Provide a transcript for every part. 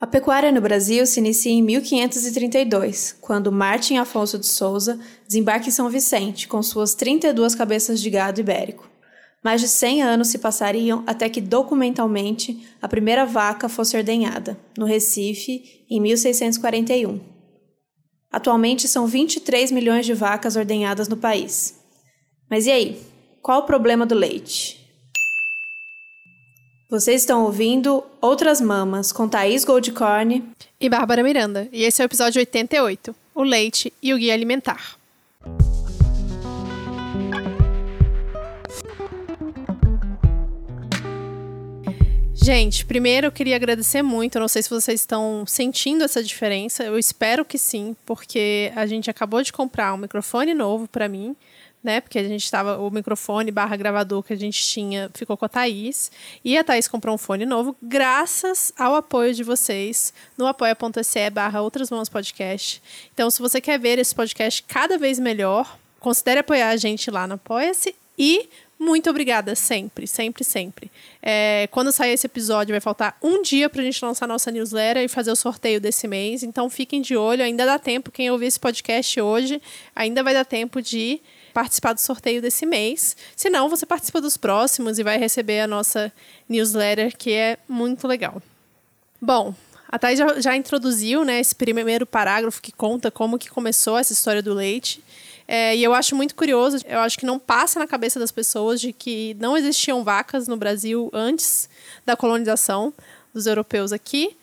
A pecuária no Brasil se inicia em 1532, quando Martim Afonso de Souza desembarca em São Vicente com suas 32 cabeças de gado ibérico. Mais de 100 anos se passariam até que, documentalmente, a primeira vaca fosse ordenhada, no Recife, em 1641. Atualmente são 23 milhões de vacas ordenhadas no país. Mas e aí? Qual o problema do leite? Vocês estão ouvindo Outras Mamas, com Thaís Goldcorn e Bárbara Miranda. E esse é o episódio 88, o leite e o guia alimentar. Gente, primeiro eu queria agradecer muito, eu não sei se vocês estão sentindo essa diferença, eu espero que sim, porque a gente acabou de comprar um microfone novo para mim, né? Porque a gente estava, o microfone / gravador que a gente tinha ficou com a Thaís. E a Thaís comprou um fone novo, graças ao apoio de vocês no apoia.se / Outras Mamas Podcast. Então, se você quer ver esse podcast cada vez melhor, considere apoiar a gente lá no Apoia-se. E muito obrigada, sempre, sempre, sempre. Quando sair esse episódio, vai faltar um dia pra gente lançar nossa newsletter e fazer o sorteio desse mês. Então, fiquem de olho, ainda dá tempo. Quem ouvir esse podcast hoje, ainda vai dar tempo de participar do sorteio desse mês. Se não, você participa dos próximos e vai receber a nossa newsletter, que é muito legal. Bom, a Thaís já introduziu, né, esse primeiro parágrafo que conta como que começou essa história do leite. E eu acho muito curioso, eu acho que não passa na cabeça das pessoas de que não existiam vacas no Brasil antes da colonização dos europeus aqui.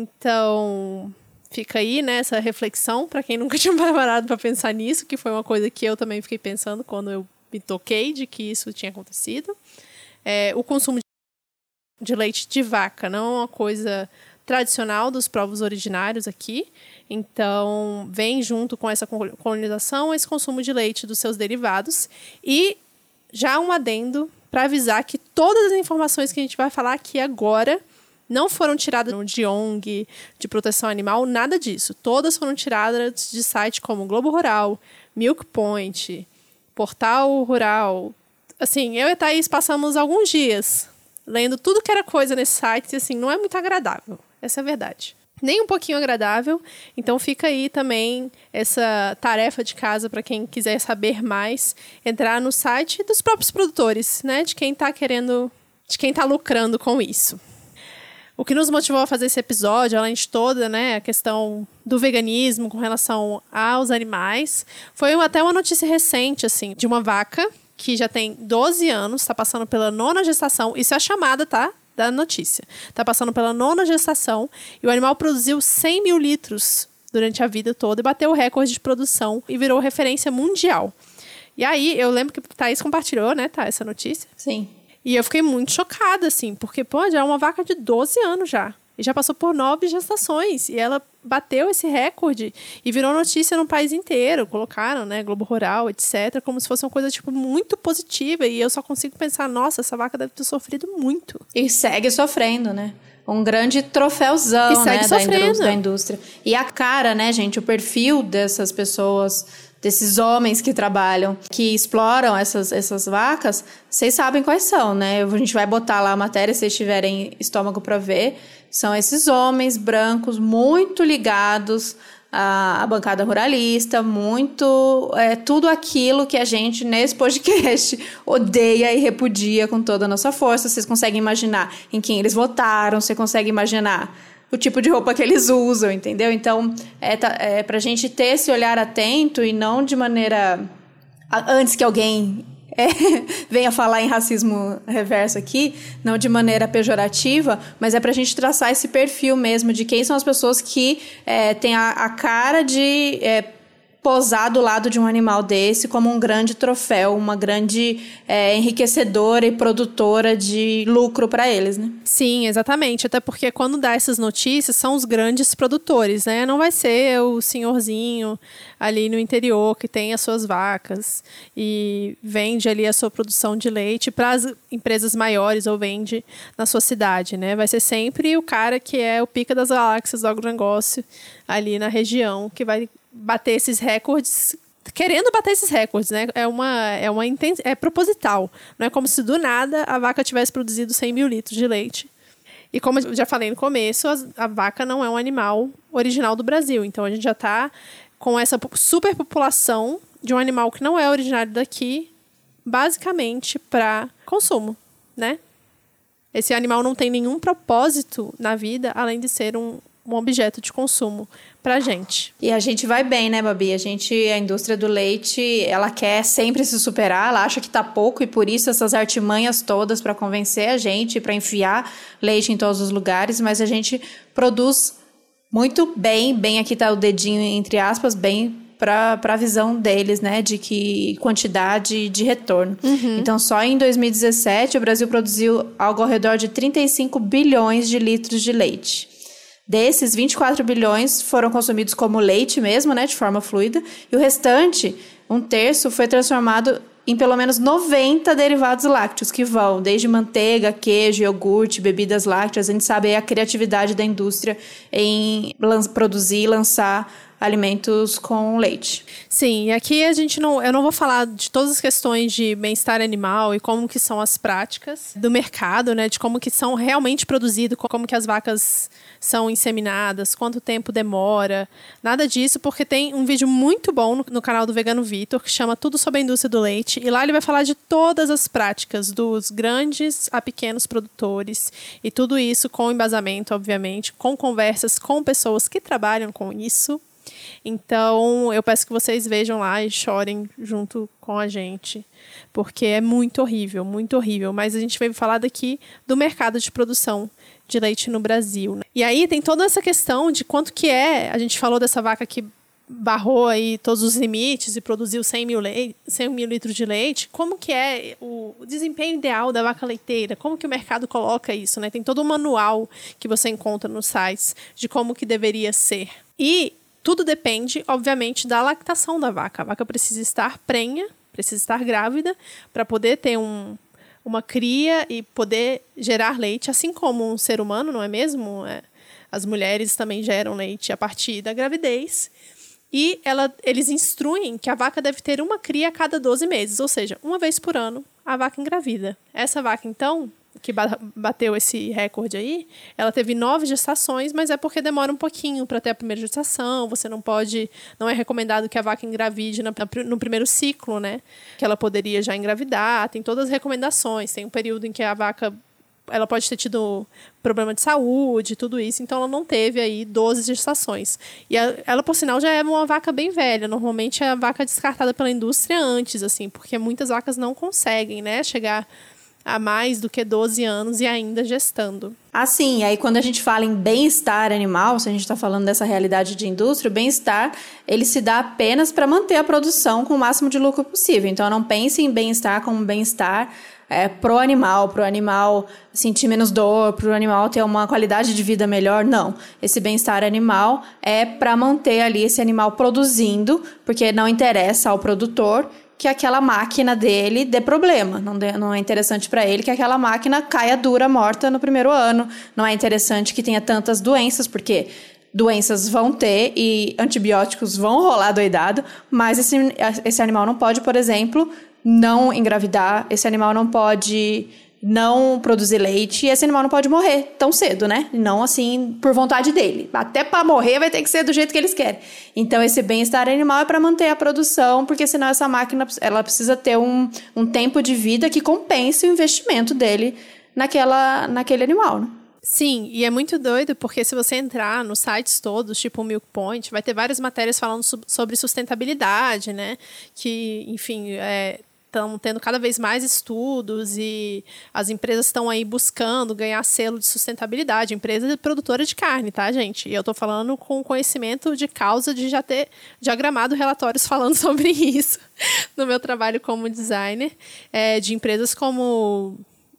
Então, fica aí, né, essa reflexão para quem nunca tinha parado para pensar nisso, que foi uma coisa que eu também fiquei pensando quando eu me toquei de que isso tinha acontecido. O consumo de leite de vaca não é uma coisa tradicional dos povos originários aqui. Então, vem junto com essa colonização esse consumo de leite dos seus derivados. E já um adendo para avisar que todas as informações que a gente vai falar aqui agora não foram tiradas de ONG, de proteção animal, nada disso. Todas foram tiradas de sites como Globo Rural, Milk Point, Portal Rural. Assim, eu e a Thaís passamos alguns dias lendo tudo que era coisa nesse site e, assim, não é muito agradável. Essa é a verdade. Nem um pouquinho agradável. Então fica aí também essa tarefa de casa para quem quiser saber mais, entrar no site dos próprios produtores, né? De quem está lucrando com isso. O que nos motivou a fazer esse episódio, além de toda, né, a questão do veganismo com relação aos animais, foi até uma notícia recente, assim, de uma vaca que já tem 12 anos, está passando pela 9ª gestação. Isso é a chamada, tá? Da notícia. Está passando pela 9ª gestação e o animal produziu 100 mil litros durante a vida toda e bateu o recorde de produção e virou referência mundial. E aí, eu lembro que a Thaís compartilhou, né, tá, essa notícia? Sim. E eu fiquei muito chocada, assim, porque, pô, já é uma vaca de 12 anos já. E já passou por 9 gestações. E ela bateu esse recorde e virou notícia no país inteiro. Colocaram, né, Globo Rural, etc., como se fosse uma coisa, tipo, muito positiva. E eu só consigo pensar, nossa, essa vaca deve ter sofrido muito. E segue sofrendo, né? Um grande troféuzão, né, da indústria. E a cara, né, gente, o perfil dessas pessoas, desses homens que trabalham, que exploram essas vacas, vocês sabem quais são, né? A gente vai botar lá a matéria, se vocês tiverem estômago para ver. São esses homens brancos muito ligados à bancada ruralista, muito tudo aquilo que a gente, nesse podcast, odeia e repudia com toda a nossa força. Vocês conseguem imaginar em quem eles votaram, você consegue imaginar o tipo de roupa que eles usam, entendeu? Então, pra gente ter esse olhar atento e não de maneira... Antes que alguém venha falar em racismo reverso aqui, não de maneira pejorativa, mas é pra gente traçar esse perfil mesmo de quem são as pessoas que têm a cara de posar do lado de um animal desse como um grande troféu, uma grande enriquecedora e produtora de lucro para eles, né? Sim, exatamente. Até porque quando dá essas notícias, são os grandes produtores, né? Não vai ser o senhorzinho ali no interior que tem as suas vacas e vende ali a sua produção de leite para as empresas maiores ou vende na sua cidade, né? Vai ser sempre o cara que é o pica das galáxias do agronegócio ali na região que vai bater esses recordes, querendo bater esses recordes, né? É proposital. Não é como se do nada a vaca tivesse produzido 100 mil litros de leite. E como eu já falei no começo, a vaca não é um animal original do Brasil. Então, a gente já está com essa superpopulação de um animal que não é originário daqui, basicamente para consumo, né? Esse animal não tem nenhum propósito na vida, além de ser um objeto de consumo pra gente. E a gente vai bem, né, Babi? A indústria do leite, ela quer sempre se superar, ela acha que tá pouco e por isso essas artimanhas todas para convencer a gente, para enfiar leite em todos os lugares, mas a gente produz muito bem aqui tá o dedinho entre aspas, bem para a visão deles, né, de que quantidade de retorno. Então, só em 2017, o Brasil produziu algo ao redor de 35 bilhões de litros de leite. Desses, 24 bilhões foram consumidos como leite mesmo, né, de forma fluida, e o restante, 1/3, foi transformado em pelo menos 90 derivados lácteos, que vão desde manteiga, queijo, iogurte, bebidas lácteas. A gente sabe a criatividade da indústria em produzir e lançar alimentos com leite. Sim, e aqui eu não vou falar de todas as questões de bem-estar animal e como que são as práticas do mercado, né, de como que são realmente produzidos, como que as vacas são inseminadas, quanto tempo demora, nada disso, porque tem um vídeo muito bom no canal do Vegano Vitor, que chama Tudo sobre a Indústria do Leite, e lá ele vai falar de todas as práticas, dos grandes a pequenos produtores, e tudo isso com embasamento, obviamente, com conversas com pessoas que trabalham com isso. Então, eu peço que vocês vejam lá e chorem junto com a gente, porque é muito horrível, mas a gente veio falar daqui do mercado de produção de leite no Brasil, né? E aí tem toda essa questão de quanto que a gente falou dessa vaca que barrou aí todos os limites e produziu 100 mil litros de leite, como que é o desempenho ideal da vaca leiteira, como que o mercado coloca isso, né? Tem todo um manual que você encontra nos sites de como que deveria ser. E tudo depende, obviamente, da lactação da vaca. A vaca precisa estar prenha, precisa estar grávida para poder ter uma cria e poder gerar leite, assim como um ser humano, não é mesmo? As mulheres também geram leite a partir da gravidez. E eles instruem que a vaca deve ter uma cria a cada 12 meses, ou seja, uma vez por ano a vaca engravida. Essa vaca, então, que bateu esse recorde aí, ela teve 9 gestações, mas é porque demora um pouquinho para ter a primeira gestação. Você não é recomendado que a vaca engravide no primeiro ciclo, né? Que ela poderia já engravidar. Tem todas as recomendações. Tem um período em que a vaca ela pode ter tido problema de saúde, tudo isso. Então, ela não teve aí 12 gestações. E ela, por sinal, já é uma vaca bem velha. Normalmente, é a vaca descartada pela indústria antes, assim, porque muitas vacas não conseguem, né, chegar a mais do que 12 anos e ainda gestando. Sim, aí quando a gente fala em bem-estar animal, se a gente está falando dessa realidade de indústria, o bem-estar, ele se dá apenas para manter a produção com o máximo de lucro possível. Então, não pense em bem-estar como bem-estar pro animal sentir menos dor, pro animal ter uma qualidade de vida melhor, não. Esse bem-estar animal é para manter ali esse animal produzindo, porque não interessa ao produtor que aquela máquina dele dê problema. Não é interessante para ele que aquela máquina caia dura, morta no primeiro ano. Não é interessante que tenha tantas doenças, porque doenças vão ter e antibióticos vão rolar doidado, mas esse animal não pode, por exemplo, não engravidar, esse animal não pode não produzir leite e esse animal não pode morrer tão cedo, né? Não assim por vontade dele. Até para morrer vai ter que ser do jeito que eles querem. Então esse bem-estar animal é para manter a produção, porque senão essa máquina ela precisa ter um tempo de vida que compense o investimento dele naquele animal, né? Sim, e é muito doido porque se você entrar nos sites todos, tipo o Milk Point, vai ter várias matérias falando sobre sustentabilidade, né? Que, enfim, estão tendo cada vez mais estudos e as empresas estão aí buscando ganhar selo de sustentabilidade. Empresa produtora de carne, tá, gente? E eu tô falando com conhecimento de causa de já ter diagramado relatórios falando sobre isso no meu trabalho como designer, de empresas como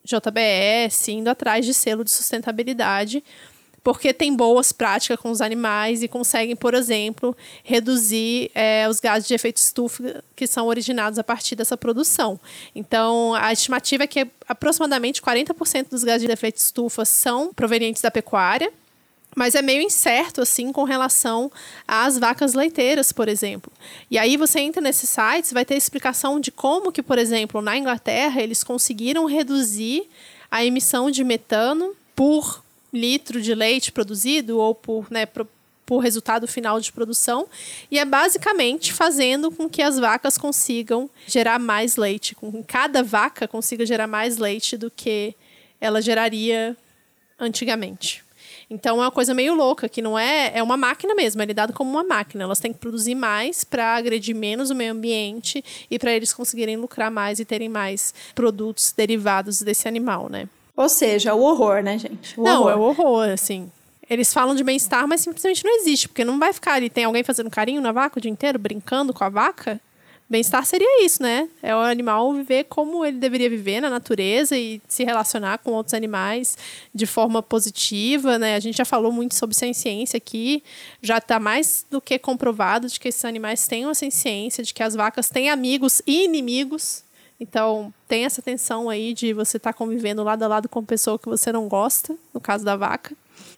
JBS, indo atrás de selo de sustentabilidade, porque tem boas práticas com os animais e conseguem, por exemplo, reduzir os gases de efeito estufa que são originados a partir dessa produção. Então, a estimativa é que aproximadamente 40% dos gases de efeito estufa são provenientes da pecuária, mas é meio incerto, assim, com relação às vacas leiteiras, por exemplo. E aí você entra nesses sites, vai ter explicação de como que, por exemplo, na Inglaterra, eles conseguiram reduzir a emissão de metano por litro de leite produzido ou por resultado final de produção, e é basicamente fazendo com que as vacas consigam gerar mais leite, com que cada vaca consiga gerar mais leite do que ela geraria antigamente. Então é uma coisa meio louca, que não é uma máquina mesmo, é lidado como uma máquina. Elas têm que produzir mais para agredir menos o meio ambiente e para eles conseguirem lucrar mais e terem mais produtos derivados desse animal, né? Ou seja, o horror, né, gente? É o horror, assim. Eles falam de bem-estar, mas simplesmente não existe, porque não vai ficar ali, tem alguém fazendo carinho na vaca o dia inteiro, brincando com a vaca. Bem-estar seria isso, né? É o animal viver como ele deveria viver na natureza e se relacionar com outros animais de forma positiva, né? A gente já falou muito sobre senciência aqui, já está mais do que comprovado de que esses animais têm uma senciência, de que as vacas têm amigos e inimigos. Então, tem essa tensão aí de você estar convivendo lado a lado com uma pessoa que você não gosta, no caso da vaca.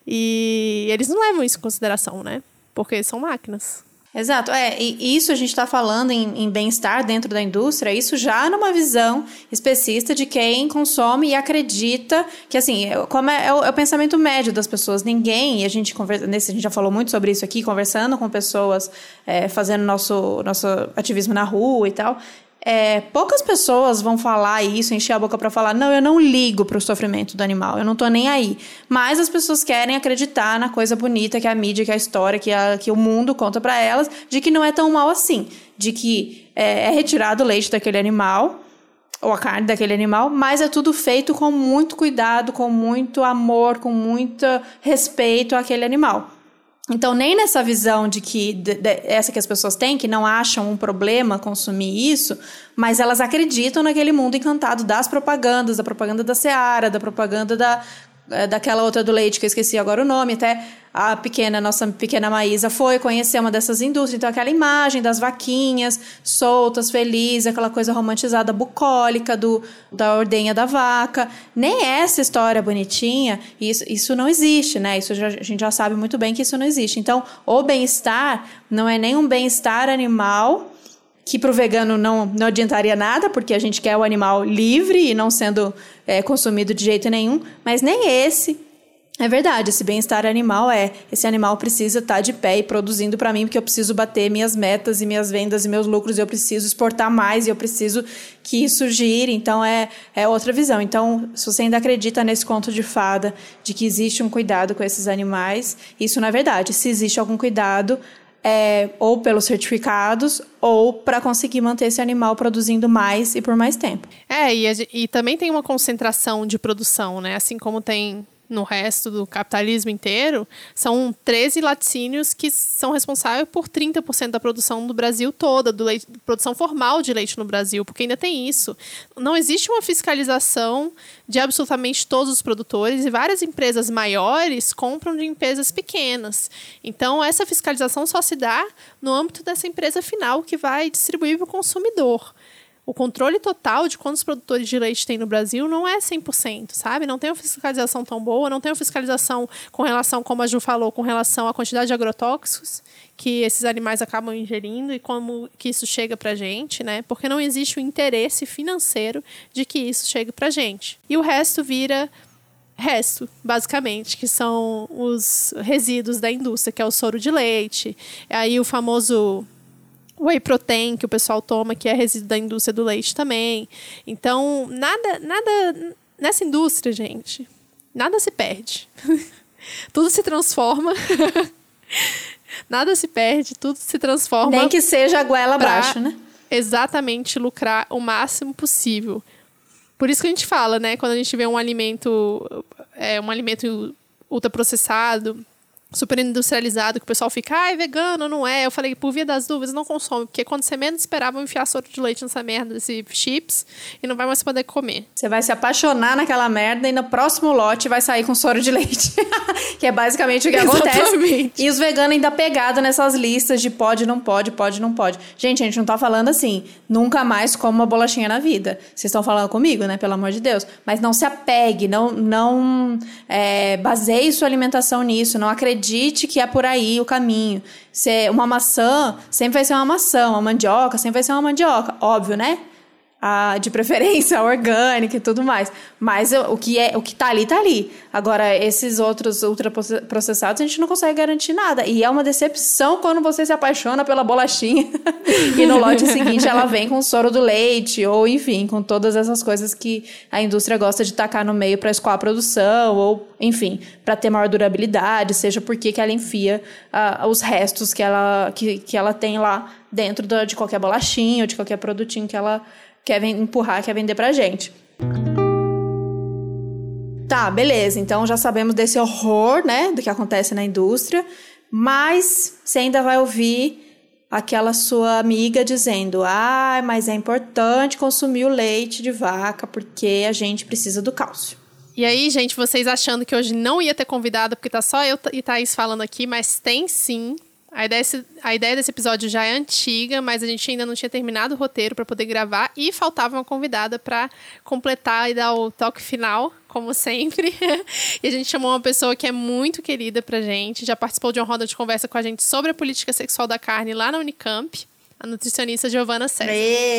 E eles não levam isso em consideração, né? Porque são máquinas. Exato. E isso a gente está falando em bem-estar dentro da indústria, isso já numa visão especista de quem consome e acredita que, assim, como é o pensamento médio das pessoas. Ninguém, e a gente já falou muito sobre isso aqui, conversando com pessoas, fazendo nosso ativismo na rua e tal. Poucas pessoas vão falar isso, encher a boca para falar, não, eu não ligo pro sofrimento do animal, eu não tô nem aí. Mas as pessoas querem acreditar na coisa bonita que a mídia, que a história, que o mundo conta para elas, de que não é tão mal assim, de que é retirado o leite daquele animal, ou a carne daquele animal, mas é tudo feito com muito cuidado, com muito amor, com muito respeito àquele animal. Então, nem nessa visão de que essa que as pessoas têm, que não acham um problema consumir isso, mas elas acreditam naquele mundo encantado das propagandas, da propaganda da Seara, da propaganda daquela outra do leite, que eu esqueci agora o nome, até nossa pequena Maísa foi conhecer uma dessas indústrias, então aquela imagem das vaquinhas soltas, felizes, aquela coisa romantizada, bucólica da ordenha da vaca, nem essa história bonitinha, isso não existe, né? Isso a gente já sabe muito bem que isso não existe. Então, o bem-estar não é nem um bem-estar animal, que para o vegano não adiantaria nada, porque a gente quer o animal livre e não sendo consumido de jeito nenhum, mas nem esse é verdade. Esse bem-estar animal esse animal precisa estar de pé e produzindo para mim, porque eu preciso bater minhas metas e minhas vendas e meus lucros, e eu preciso exportar mais, e eu preciso que isso gire. Então, é outra visão. Então, se você ainda acredita nesse conto de fada, de que existe um cuidado com esses animais, isso não é verdade. Se existe algum cuidado, ou pelos certificados, ou para conseguir manter esse animal produzindo mais e por mais tempo. E também tem uma concentração de produção, né? Assim como tem no resto do capitalismo inteiro, são 13 laticínios que são responsáveis por 30% da produção do Brasil toda, produção formal de leite no Brasil, porque ainda tem isso. Não existe uma fiscalização de absolutamente todos os produtores, e várias empresas maiores compram de empresas pequenas. Então, essa fiscalização só se dá no âmbito dessa empresa final que vai distribuir para o consumidor. O controle total de quantos produtores de leite tem no Brasil não é 100%, sabe? Não tem uma fiscalização tão boa, não tem uma fiscalização com relação, como a Ju falou, com relação à quantidade de agrotóxicos que esses animais acabam ingerindo e como que isso chega pra gente, né? Porque não existe o interesse financeiro de que isso chegue pra gente. E o resto vira resto, basicamente, que são os resíduos da indústria, que é o soro de leite, aí o famoso whey protein que o pessoal toma, que é resíduo da indústria do leite também. Então, nada nessa indústria, gente, nada se perde. Tudo se transforma. Nada se perde, tudo se transforma. Nem que seja a goela abaixo, né? Exatamente, lucrar o máximo possível. Por isso que a gente fala, né? Quando a gente vê um alimento ultraprocessado, super industrializado, que o pessoal fica, é vegano, não é? Eu falei, por via das dúvidas, não consome, porque quando você menos esperava, vão enfiar soro de leite nessa merda, desse chips, e não vai mais poder comer. Você vai se apaixonar naquela merda e no próximo lote vai sair com soro de leite. Que é basicamente o que acontece. E os veganos ainda pegados nessas listas de pode, não pode, pode, não pode. Gente, a gente não tá falando assim, nunca mais coma uma bolachinha na vida. Vocês estão falando comigo, né? Pelo amor de Deus. Mas não se apegue, não baseie sua alimentação nisso, não acredite que é por aí o caminho. Uma maçã sempre vai ser uma maçã, uma mandioca sempre vai ser uma mandioca. Óbvio, né? de preferência orgânica e tudo mais. Mas o que tá ali. Agora, esses outros ultraprocessados, a gente não consegue garantir nada. E é uma decepção quando você se apaixona pela bolachinha e no lote seguinte ela vem com o soro do leite, ou enfim, com todas essas coisas que a indústria gosta de tacar no meio para escoar a produção, ou enfim, para ter maior durabilidade, seja porque que ela enfia os restos que ela tem lá dentro de qualquer bolachinha ou de qualquer produtinho que ela quer vender pra gente. Tá, beleza. Então já sabemos desse horror, né, do que acontece na indústria, mas você ainda vai ouvir aquela sua amiga dizendo: mas é importante consumir o leite de vaca porque a gente precisa do cálcio. E aí, gente, vocês achando que hoje não ia ter convidado porque tá só eu e Thaís falando aqui, mas tem sim. A ideia desse episódio já é antiga, mas a gente ainda não tinha terminado o roteiro para poder gravar e faltava uma convidada para completar e dar o toque final, como sempre. E a gente chamou uma pessoa que é muito querida pra gente, já participou de uma roda de conversa com a gente sobre a política sexual da carne lá na Unicamp, a nutricionista Giovana César.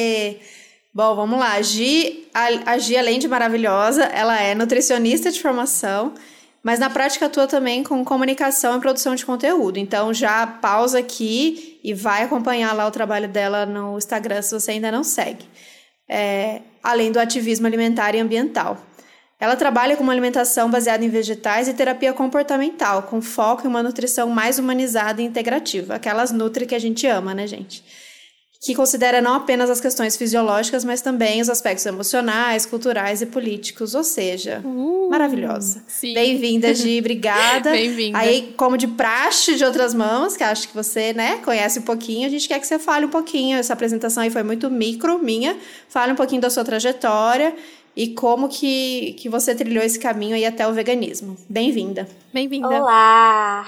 Bom, vamos lá. A Gi, além de maravilhosa, ela é nutricionista de formação, mas na prática atua também com comunicação e produção de conteúdo. Então já pausa aqui e vai acompanhar lá o trabalho dela no Instagram, se você ainda não segue. Além do ativismo alimentar e ambiental. Ela trabalha com uma alimentação baseada em vegetais e terapia comportamental, com foco em uma nutrição mais humanizada e integrativa. Aquelas nutri que a gente ama, né, gente? Que considera não apenas as questões fisiológicas, mas também os aspectos emocionais, culturais e políticos, ou seja, maravilhosa. Sim. Bem-vinda, Gi, obrigada. Bem-vinda. Aí, como de praxe de outras mãos, que acho que você, né, conhece um pouquinho, a gente quer que você fale um pouquinho, essa apresentação aí foi muito minha, fale um pouquinho da sua trajetória e como que você trilhou esse caminho aí até o veganismo. Bem-vinda. Bem-vinda. Olá!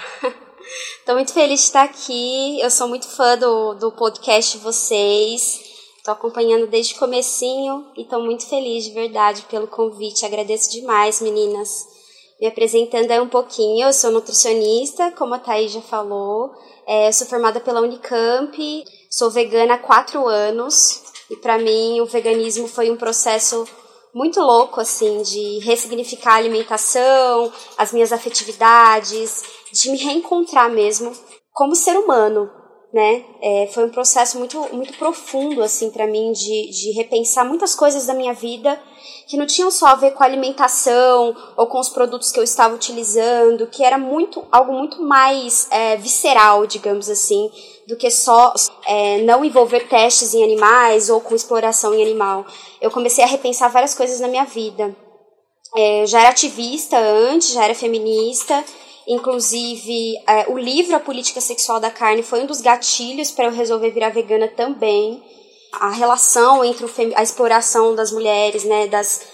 Tô muito feliz de estar aqui, eu sou muito fã do podcast de vocês, tô acompanhando desde o comecinho e tô muito feliz de verdade pelo convite, agradeço demais, meninas. Me apresentando aí um pouquinho, eu sou nutricionista, como a Thaís já falou, sou formada pela Unicamp, sou vegana há 4 anos e pra mim o veganismo foi um processo muito louco, assim, de ressignificar a alimentação, as minhas afetividades, de me reencontrar mesmo como ser humano, né? Foi um processo muito, muito profundo, assim, pra mim, de repensar muitas coisas da minha vida que não tinham só a ver com a alimentação ou com os produtos que eu estava utilizando, que era algo muito mais visceral, digamos assim, do que só não envolver testes em animais ou com exploração em animal. Eu comecei a repensar várias coisas na minha vida. Eu já era ativista antes, já era feminista, inclusive o livro A Política Sexual da Carne foi um dos gatilhos para eu resolver virar vegana também. A relação entre a exploração das mulheres, né,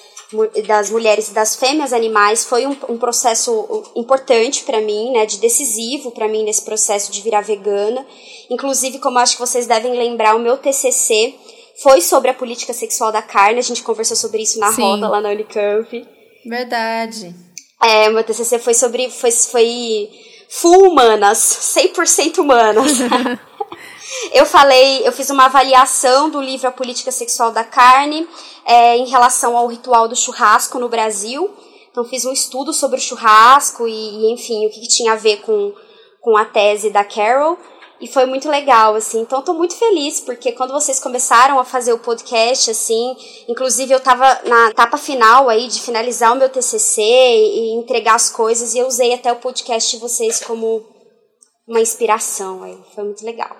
das mulheres e das fêmeas animais foi um processo importante para mim, né, decisivo para mim nesse processo de virar vegana. Inclusive, como acho que vocês devem lembrar, o meu TCC foi sobre a política sexual da carne, a gente conversou sobre isso na roda lá na Unicamp. Verdade. O meu TCC foi foi full humanas, 100% humanas. Eu fiz uma avaliação do livro A Política Sexual da Carne em relação ao ritual do churrasco no Brasil. Então, fiz um estudo sobre o churrasco e enfim, o que tinha a ver com a tese da Carol. E foi muito legal, assim. Então, tô muito feliz, porque quando vocês começaram a fazer o podcast, assim, inclusive eu tava na etapa final aí de finalizar o meu TCC e entregar as coisas, e eu usei até o podcast de vocês como uma inspiração aí. Foi muito legal.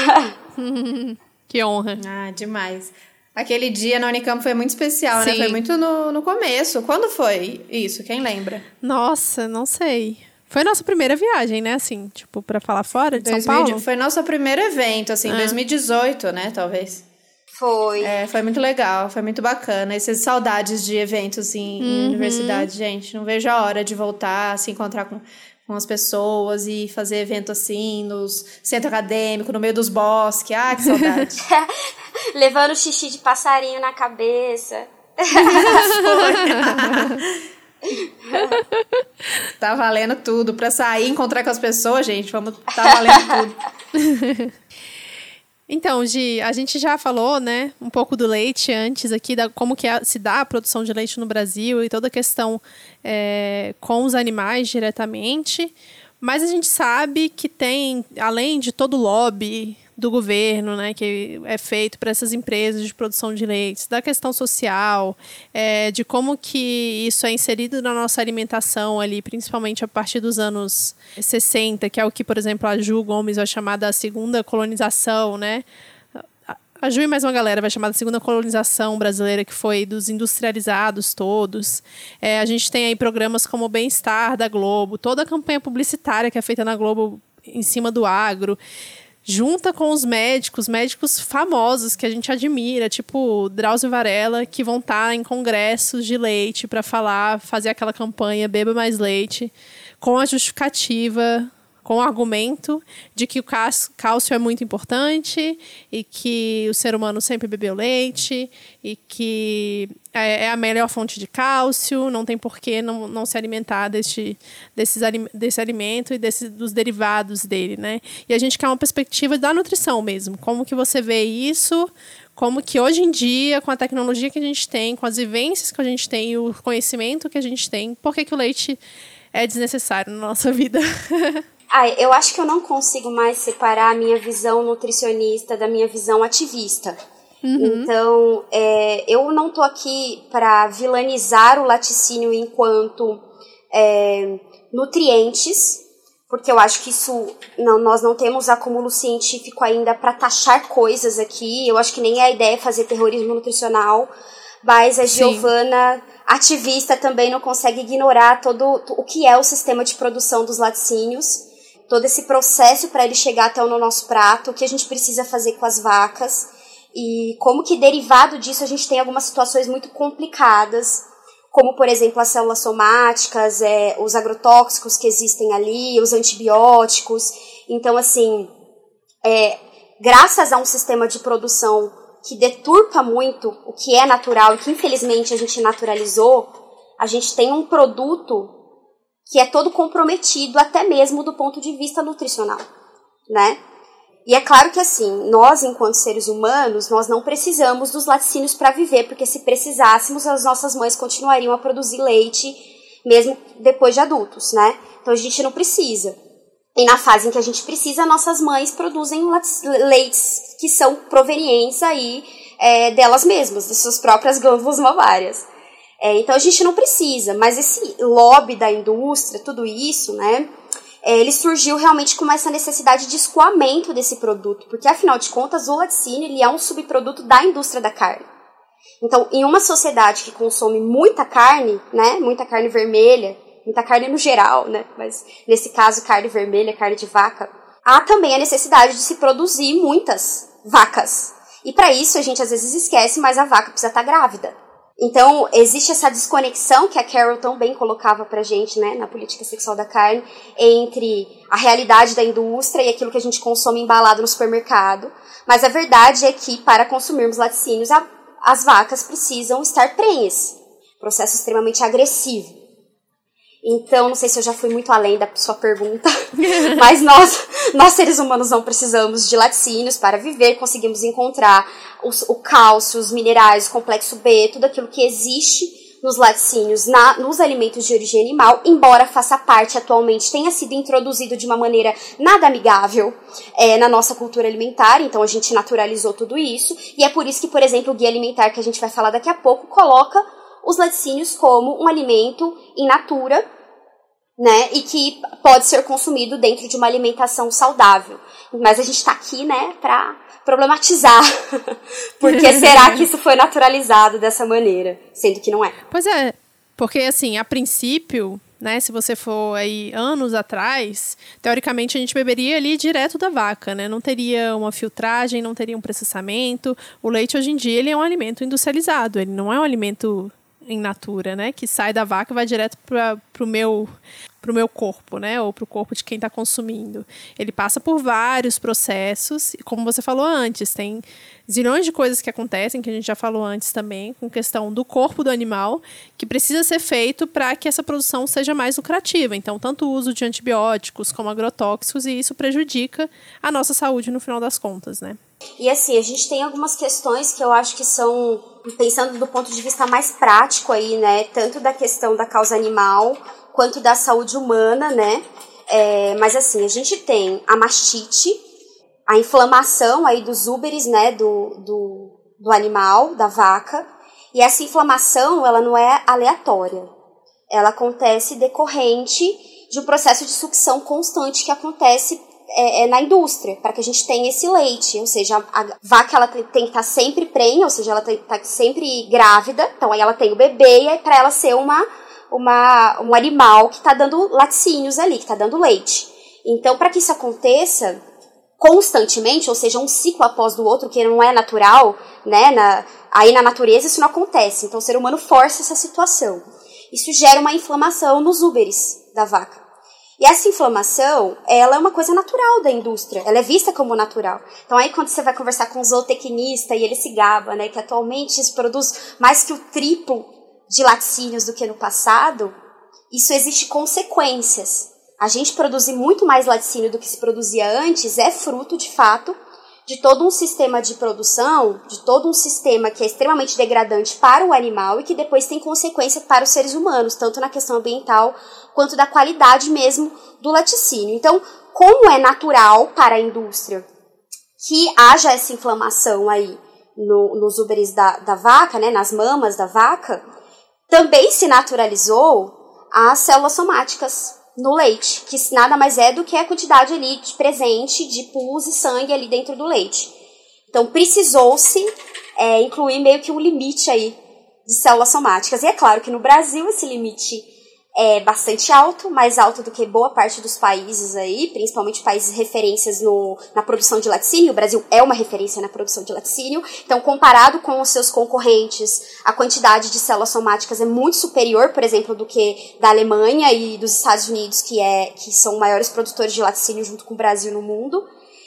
Que honra. Demais. Aquele dia na Unicamp foi muito especial, né? Foi muito no começo. Quando foi isso? Quem lembra? Nossa, não sei. Foi a nossa primeira viagem, né? Assim, tipo, pra falar fora de São Paulo. Foi nosso primeiro evento, assim, 2018, né? Talvez. Foi. Foi muito legal, foi muito bacana. Essas saudades de eventos em universidade, gente. Não vejo a hora de voltar, se encontrar com as pessoas e fazer evento assim, nos centro acadêmico, no meio dos bosques. Que saudade. Levando xixi de passarinho na cabeça. Tá valendo tudo. Pra sair e encontrar com as pessoas, gente, tá valendo tudo. Então, Gi, a gente já falou, né, um pouco do leite antes aqui, como que se dá a produção de leite no Brasil e toda a questão com os animais diretamente, mas a gente sabe que tem, além de todo o lobby do governo, né, que é feito para essas empresas de produção de leite, da questão social, de como que isso é inserido na nossa alimentação ali, principalmente a partir dos anos 60, que é o que, por exemplo, a Ju Gomes vai chamar da segunda colonização, né? A Ju e mais uma galera vai chamar da segunda colonização brasileira, que foi dos industrializados todos. A gente tem aí programas como o Bem-Estar da Globo, toda a campanha publicitária que é feita na Globo em cima do agro, junta com os médicos famosos que a gente admira, tipo Drauzio Varela, que vão estar em congressos de leite para fazer aquela campanha Beba Mais Leite, com a justificativa, com o argumento de que o cálcio é muito importante e que o ser humano sempre bebeu leite e que é a melhor fonte de cálcio, não tem por que não se alimentar desse alimento e dos derivados dele, né? E a gente quer uma perspectiva da nutrição mesmo. Como que você vê isso? Como que hoje em dia, com a tecnologia que a gente tem, com as vivências que a gente tem, o conhecimento que a gente tem, por que o leite é desnecessário na nossa vida? Eu acho que eu não consigo mais separar a minha visão nutricionista da minha visão ativista. Uhum. Então, eu não tô aqui para vilanizar o laticínio enquanto nutrientes, porque eu acho que nós não temos acúmulo científico ainda para taxar coisas aqui. Eu acho que nem a ideia é fazer terrorismo nutricional, mas a Giovana, ativista, também não consegue ignorar todo o que é o sistema de produção dos laticínios, todo esse processo para ele chegar até o nosso prato, o que a gente precisa fazer com as vacas, e como que derivado disso a gente tem algumas situações muito complicadas, como, por exemplo, as células somáticas, os agrotóxicos que existem ali, os antibióticos. Então, assim, graças a um sistema de produção que deturpa muito o que é natural e que, infelizmente, a gente naturalizou, a gente tem um produto que é todo comprometido, até mesmo do ponto de vista nutricional, né? E é claro que, assim, nós, enquanto seres humanos, nós não precisamos dos laticínios para viver, porque se precisássemos, as nossas mães continuariam a produzir leite, mesmo depois de adultos, né? Então, a gente não precisa. E na fase em que a gente precisa, nossas mães produzem leites que são provenientes aí, delas mesmas, das suas próprias glândulas mamárias. Então a gente não precisa, mas esse lobby da indústria, tudo isso, né, ele surgiu realmente com essa necessidade de escoamento desse produto, porque afinal de contas o laticínio ele é um subproduto da indústria da carne. Então, em uma sociedade que consome muita carne, né, muita carne vermelha, muita carne no geral, né, mas nesse caso carne vermelha, carne de vaca, há também a necessidade de se produzir muitas vacas. E para isso a gente às vezes esquece, mas a vaca precisa estar grávida. Então, existe essa desconexão que a Carol tão bem colocava pra gente, né, na política sexual da carne, entre a realidade da indústria e aquilo que a gente consome embalado no supermercado. Mas a verdade é que, para consumirmos laticínios, as vacas precisam estar prenhes. Processo extremamente agressivo. Então, não sei se eu já fui muito além da sua pergunta, mas nós seres humanos não precisamos de laticínios para viver, conseguimos encontrar o cálcio, os minerais, o complexo B, tudo aquilo que existe nos laticínios, nos alimentos de origem animal, embora faça parte atualmente, tenha sido introduzido de uma maneira nada amigável na nossa cultura alimentar, então a gente naturalizou tudo isso, e é por isso que, por exemplo, o Guia Alimentar, que a gente vai falar daqui a pouco, coloca os laticínios como um alimento in natura, né, e que pode ser consumido dentro de uma alimentação saudável. Mas a gente está aqui, né, para problematizar, porque será que isso foi naturalizado dessa maneira, sendo que não é? Pois é, porque assim, a princípio, né, se você for aí anos atrás, teoricamente a gente beberia ali direto da vaca, né, não teria uma filtragem, não teria um processamento. O leite hoje em dia ele é um alimento industrializado, ele não é um alimento in natura, né, que sai da vaca e vai direto pro meu corpo, né, ou pro corpo de quem está consumindo. Ele passa por vários processos, e como você falou antes, tem zilhões de coisas que acontecem, que a gente já falou antes também, com questão do corpo do animal, que precisa ser feito para que essa produção seja mais lucrativa. Então, tanto o uso de antibióticos como agrotóxicos, e isso prejudica a nossa saúde no final das contas, né? E assim, a gente tem algumas questões que eu acho que são, pensando do ponto de vista mais prático aí, né, tanto da questão da causa animal, quanto da saúde humana, né, mas assim, a gente tem a mastite, a inflamação aí dos úberes, né, do animal, da vaca, e essa inflamação, ela não é aleatória, ela acontece decorrente de um processo de sucção constante que acontece na indústria, para que a gente tenha esse leite, ou seja, a vaca ela tem que estar sempre prenha, ou seja, ela tem que estar sempre grávida, então aí ela tem o bebê e para ela ser um animal que está dando laticínios ali, que está dando leite. Então, para que isso aconteça constantemente, ou seja, um ciclo após do outro, que não é natural, né, aí na natureza isso não acontece, então o ser humano força essa situação. Isso gera uma inflamação nos úberes da vaca. E essa inflamação, ela é uma coisa natural da indústria, ela é vista como natural. Então aí quando você vai conversar com um zootecnista e ele se gaba, né, que atualmente se produz mais que o triplo de laticínios do que no passado, isso existe consequências. A gente produzir muito mais laticínio do que se produzia antes é fruto, de fato, de todo um sistema de produção, de todo um sistema que é extremamente degradante para o animal e que depois tem consequência para os seres humanos, tanto na questão ambiental quanto da qualidade mesmo do laticínio. Então, como é natural para a indústria que haja essa inflamação aí nos úberes da vaca, né, nas mamas da vaca, também se naturalizou as células somáticas no leite, que nada mais é do que a quantidade ali de presente de pus e sangue ali dentro do leite. Então, precisou-se incluir meio que um limite aí de células somáticas. E é claro que no Brasil esse limite é bastante alto, mais alto do que boa parte dos países aí, principalmente países referências na produção de laticínio. O Brasil é uma referência na produção de laticínio. Então, comparado com os seus concorrentes, a quantidade de células somáticas é muito superior, por exemplo, do que da Alemanha e dos Estados Unidos, que são maiores produtores de laticínio junto com o Brasil no mundo.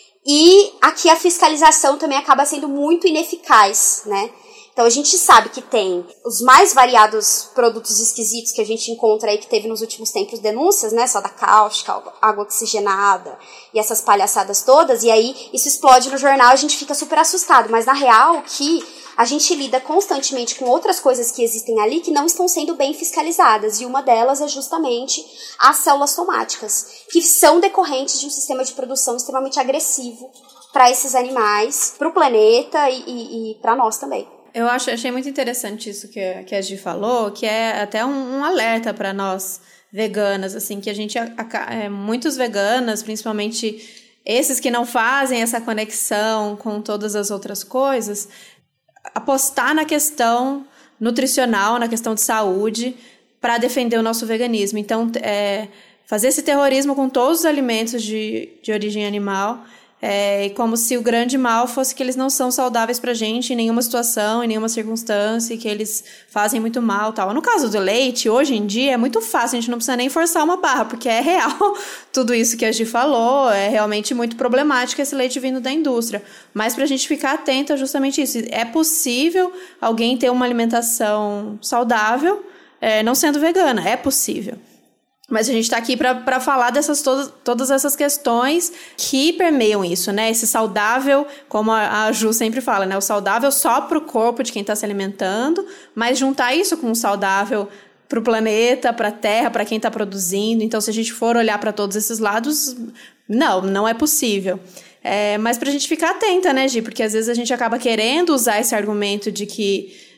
E aqui a fiscalização também acaba sendo muito ineficaz, né? Então, a gente sabe que tem os mais variados produtos esquisitos que a gente encontra aí, que teve nos últimos tempos denúncias, né? Soda cáustica, água oxigenada e essas palhaçadas todas. E aí, isso explode no jornal, a gente fica super assustado. Mas, na real, que a gente lida constantemente com outras coisas que existem ali que não estão sendo bem fiscalizadas. E uma delas é justamente as células somáticas, que são decorrentes de um sistema de produção extremamente agressivo para esses animais, para o planeta e para nós também. Eu achei muito interessante isso que a Gi falou, que é até um alerta para nós veganas, assim, que a gente, muitos veganas, principalmente esses que não fazem essa conexão com todas as outras coisas, apostar na questão nutricional, na questão de saúde, para defender o nosso veganismo. Então, fazer esse terrorismo com todos os alimentos de origem animal, como se o grande mal fosse que eles não são saudáveis pra gente em nenhuma situação, em nenhuma circunstância, que eles fazem muito mal, tal. No caso do leite, hoje em dia é muito fácil, a gente não precisa nem forçar uma barra, porque é real tudo isso que a Gi falou, é realmente muito problemático esse leite vindo da indústria. Mas pra gente ficar atento é justamente isso. É possível alguém ter uma alimentação saudável, não sendo vegana, é possível. Mas a gente está aqui para falar todas essas questões que permeiam isso, né? Esse saudável, como a Ju sempre fala, né? O saudável só para o corpo de quem está se alimentando, mas juntar isso com o saudável para o planeta, para a terra, para quem está produzindo. Então, se a gente for olhar para todos esses lados, não é possível. Mas para a gente ficar atenta, né, Gi? Porque às vezes a gente acaba querendo usar esse argumento de que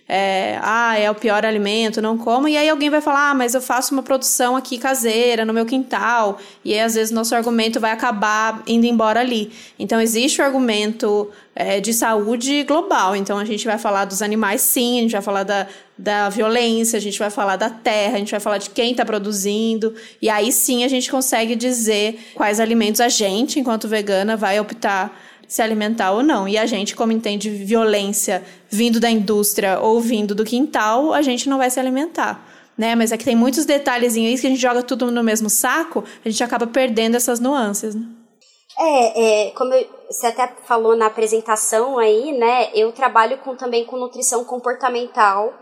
é o pior alimento, não como, e aí alguém vai falar, mas eu faço uma produção aqui caseira, no meu quintal, e aí às vezes nosso argumento vai acabar indo embora ali. Então existe o argumento de saúde global, então a gente vai falar dos animais sim, a gente vai falar da violência, a gente vai falar da terra, a gente vai falar de quem está produzindo, e aí sim a gente consegue dizer quais alimentos a gente, enquanto vegana, vai optar se alimentar ou não. E a gente, como entende violência vindo da indústria ou vindo do quintal, a gente não vai se alimentar, né? Mas é que tem muitos detalhezinhos aí que a gente joga tudo no mesmo saco, a gente acaba perdendo essas nuances, né? Como você até falou na apresentação aí, né? Eu trabalho também com nutrição comportamental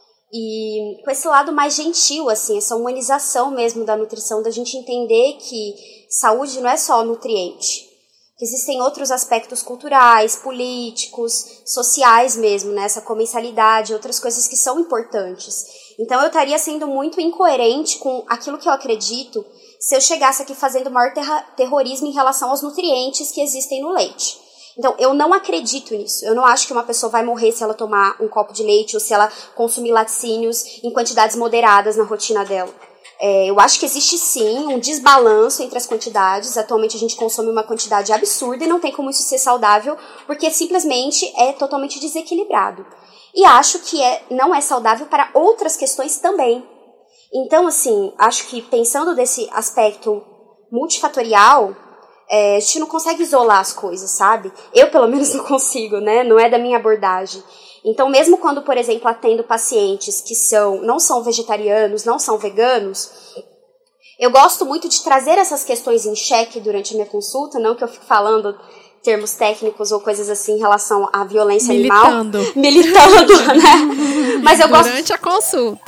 e com esse lado mais gentil, assim, essa humanização mesmo da nutrição, da gente entender que saúde não é só nutriente. que existem outros aspectos culturais, políticos, sociais mesmo, né? Essa comensalidade, outras coisas que são importantes. Então eu estaria sendo muito incoerente com aquilo que eu acredito se eu chegasse aqui fazendo o maior terrorismo em relação aos nutrientes que existem no leite. Então, eu não acredito nisso. Eu não acho que uma pessoa vai morrer se ela tomar um copo de leite ou se ela consumir laticínios em quantidades moderadas na rotina dela. Eu acho que existe sim um desbalanço entre as quantidades. Atualmente a gente consome uma quantidade absurda e não tem como isso ser saudável, porque simplesmente é totalmente desequilibrado. E acho que não é saudável para outras questões também. Então, assim, acho que pensando desse aspecto multifatorial, a gente não consegue isolar as coisas, sabe? Eu, pelo menos, não consigo, né? Não é da minha abordagem. Então, mesmo quando, por exemplo, atendo pacientes que não são vegetarianos, não são veganos, eu gosto muito de trazer essas questões em xeque durante a minha consulta, não que eu fique falando termos técnicos ou coisas assim em relação à violência animal. Militando, né? Mas eu gosto... Durante a consulta.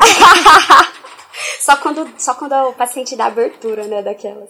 Só quando o paciente dá abertura, né, daquelas.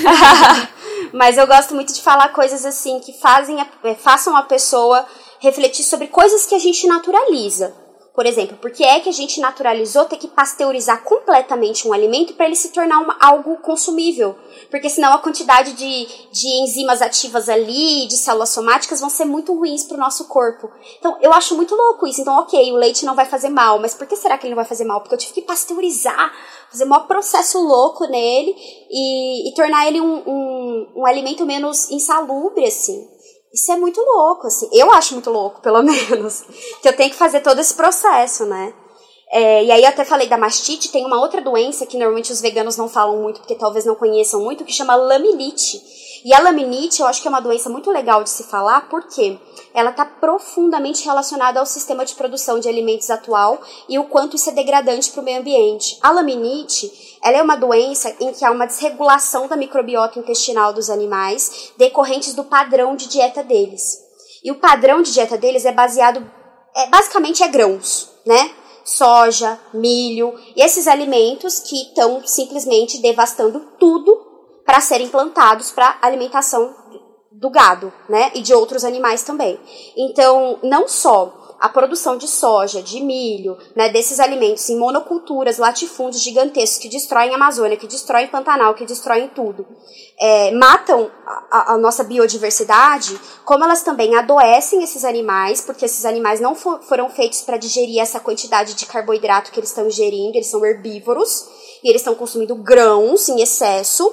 Mas eu gosto muito de falar coisas assim que façam a pessoa refletir sobre coisas que a gente naturaliza. Por exemplo, por que é que a gente naturalizou ter que pasteurizar completamente um alimento para ele se tornar algo consumível? Porque senão a quantidade de enzimas ativas ali, de células somáticas, vão ser muito ruins para o nosso corpo. Então, eu acho muito louco isso. Então, ok, o leite não vai fazer mal, mas por que será que ele não vai fazer mal? Porque eu tive que pasteurizar, fazer um processo louco nele e tornar ele um alimento menos insalubre, assim. Isso é muito louco, assim. Eu acho muito louco, pelo menos. Que eu tenho que fazer todo esse processo, né? E aí eu até falei da mastite. Tem uma outra doença que normalmente os veganos não falam muito, porque talvez não conheçam muito, que chama laminite. E a laminite eu acho que é uma doença muito legal de se falar, porque ela está profundamente relacionada ao sistema de produção de alimentos atual e o quanto isso é degradante para o meio ambiente. A laminite, ela é uma doença em que há uma desregulação da microbiota intestinal dos animais decorrentes do padrão de dieta deles. E o padrão de dieta deles é basicamente grãos, né? Soja, milho, e esses alimentos que estão simplesmente devastando tudo para serem plantados para alimentação do gado, né, e de outros animais também. Então, não só a produção de soja, de milho, né, desses alimentos em monoculturas, latifúndios gigantescos que destroem a Amazônia, que destroem Pantanal, que destroem tudo, matam a nossa biodiversidade, como elas também adoecem esses animais, porque esses animais não foram feitos para digerir essa quantidade de carboidrato que eles estão ingerindo, eles são herbívoros, e eles estão consumindo grãos em excesso,